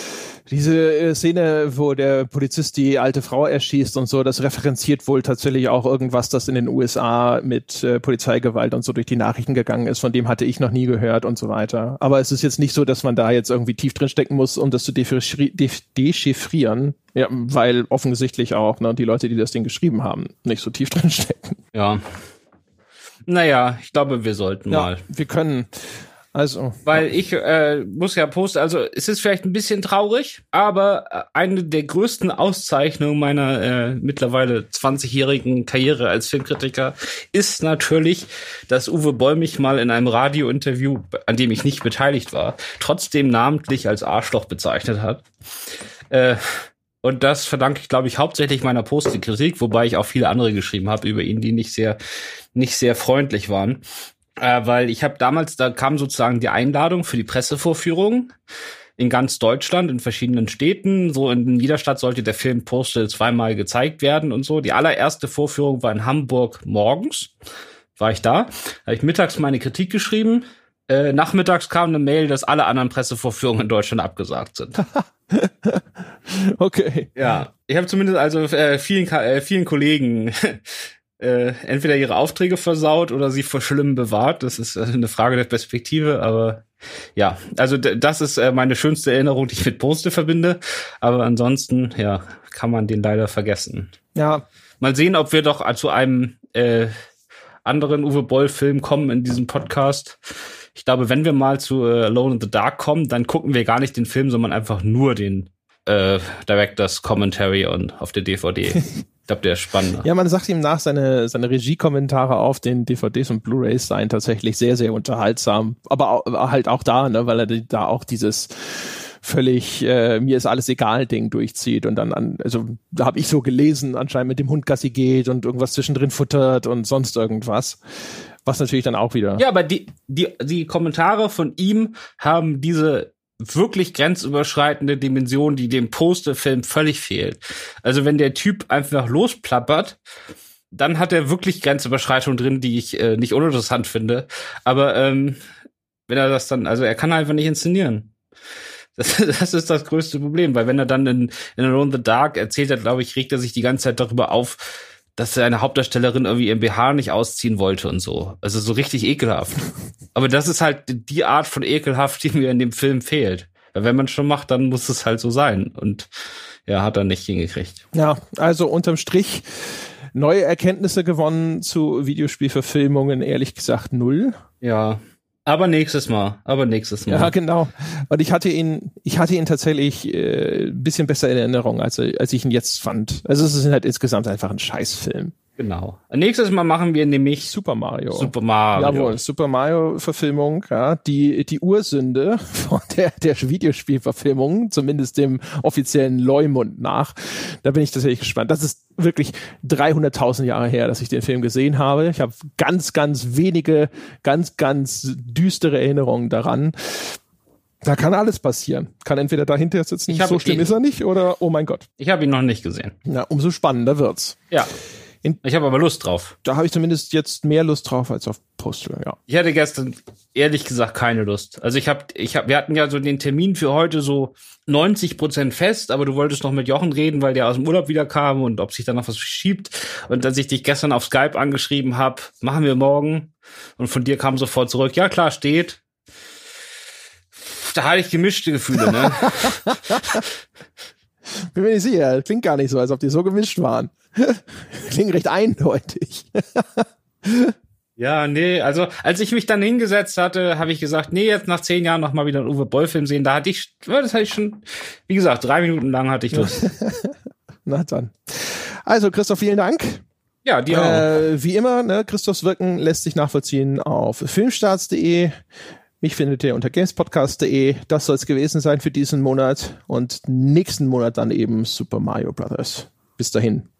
Szene, wo der Polizist die alte Frau erschießt und so, das referenziert wohl tatsächlich auch irgendwas, das in den USA mit Polizeigewalt und so durch die Nachrichten gegangen ist. Von dem hatte ich noch nie gehört und so weiter. Aber es ist jetzt nicht so, dass man da jetzt irgendwie tief drin stecken muss, um das zu dechiffrieren. Ja, weil offensichtlich auch die Leute, die das Ding geschrieben haben, nicht so tief drin stecken.
Ja. Naja, ich glaube, wir sollten mal.
Wir können. Also.
Weil ich muss ja posten, also es ist vielleicht ein bisschen traurig, aber eine der größten Auszeichnungen meiner mittlerweile 20-jährigen Karriere als Filmkritiker ist natürlich, dass Uwe Boll mich mal in einem Radiointerview, an dem ich nicht beteiligt war, trotzdem namentlich als Arschloch bezeichnet hat. Und das verdanke ich, glaube ich, hauptsächlich meiner Post-Kritik, wobei ich auch viele andere geschrieben habe über ihn, die nicht sehr freundlich waren. Weil ich habe damals, da kam sozusagen die Einladung für die Pressevorführung in ganz Deutschland, in verschiedenen Städten. So in jeder Stadt sollte der Film Postal 2-mal gezeigt werden und so. Die allererste Vorführung war in Hamburg morgens. War ich da. Habe ich mittags meine Kritik geschrieben. Nachmittags kam eine Mail, dass alle anderen Pressevorführungen in Deutschland abgesagt sind.
Okay.
Ja, ich habe zumindest also vielen Kollegen entweder ihre Aufträge versaut oder sie vor Schlimmem bewahrt. Das ist eine Frage der Perspektive, aber ja, also das ist meine schönste Erinnerung, die ich mit Postal verbinde. Aber ansonsten, ja, kann man den leider vergessen.
Ja.
Mal sehen, ob wir doch zu einem anderen Uwe Boll-Film kommen in diesem Podcast. Ich glaube, wenn wir mal zu Alone in the Dark kommen, dann gucken wir gar nicht den Film, sondern einfach nur den Director's Commentary auf der DVD. Ich glaube, der ist spannender.
Ja, man sagt ihm nach, seine Regiekommentare auf den DVDs und Blu-rays seien tatsächlich sehr, sehr unterhaltsam. Aber halt auch da, ne, weil er da auch dieses völlig mir ist alles egal Ding durchzieht und dann also da habe ich so gelesen, anscheinend mit dem Hund Gassi geht und irgendwas zwischendrin futtert und sonst irgendwas. Was natürlich dann auch wieder.
Ja, aber die Kommentare von ihm haben diese wirklich grenzüberschreitende Dimension, die dem Poster-Film völlig fehlt. Also wenn der Typ einfach losplappert, dann hat er wirklich Grenzüberschreitungen drin, die ich nicht uninteressant finde. Aber wenn er das dann, also er kann einfach nicht inszenieren. Das ist das größte Problem, weil wenn er dann in Alone in the Dark erzählt hat, glaube ich, regt er sich die ganze Zeit darüber auf, dass seine Hauptdarstellerin irgendwie ihren BH nicht ausziehen wollte und so. Also so richtig ekelhaft. Aber das ist halt die Art von ekelhaft, die mir in dem Film fehlt. Weil wenn man schon macht, dann muss es halt so sein. Und ja, hat er nicht hingekriegt.
Ja, also unterm Strich neue Erkenntnisse gewonnen zu Videospielverfilmungen, ehrlich gesagt 0.
Ja. Aber nächstes Mal.
Ja, genau. Und ich hatte ihn tatsächlich ein bisschen besser in Erinnerung, als ich ihn jetzt fand. Also es ist halt insgesamt einfach ein Scheißfilm.
Genau. Nächstes Mal machen wir nämlich
Super Mario.
Jawohl,
Super Mario-Verfilmung, ja. Die Ursünde von der Videospielverfilmung, zumindest dem offiziellen Leumund nach. Da bin ich tatsächlich gespannt. Das ist wirklich 300.000 Jahre her, dass ich den Film gesehen habe. Ich habe ganz, ganz wenige, ganz, ganz düstere Erinnerungen daran. Da kann alles passieren. Kann entweder dahinter sitzen, so schlimm ist er nicht, oder oh mein Gott.
Ich habe ihn noch nicht gesehen.
Na, umso spannender wird's.
Ja. Ich habe aber Lust drauf.
Da habe ich zumindest jetzt mehr Lust drauf als auf Postal, ja.
Ich hatte gestern ehrlich gesagt keine Lust. Also wir hatten ja so den Termin für heute so 90% fest, aber du wolltest noch mit Jochen reden, weil der aus dem Urlaub wieder kam und ob sich da noch was schiebt. Und als ich dich gestern auf Skype angeschrieben habe, machen wir morgen. Und von dir kam sofort zurück, ja klar, steht. Da hatte ich gemischte Gefühle, ne?
Bin mir nicht sicher. Klingt gar nicht so, als ob die so gemischt waren. Klingt recht eindeutig.
Ja, nee, also als ich mich dann hingesetzt hatte, habe ich gesagt, nee, jetzt nach 10 Jahren noch mal wieder einen Uwe Boll-Film sehen. Das hatte ich schon, wie gesagt, 3 Minuten lang hatte ich Lust.
Na dann. Also Christoph, vielen Dank.
Ja, dir auch.
Wie immer, ne, Christophs Wirken lässt sich nachvollziehen auf filmstarts.de. Mich findet ihr unter gamespodcast.de. Das soll es gewesen sein für diesen Monat. Und nächsten Monat dann eben Super Mario Brothers. Bis dahin.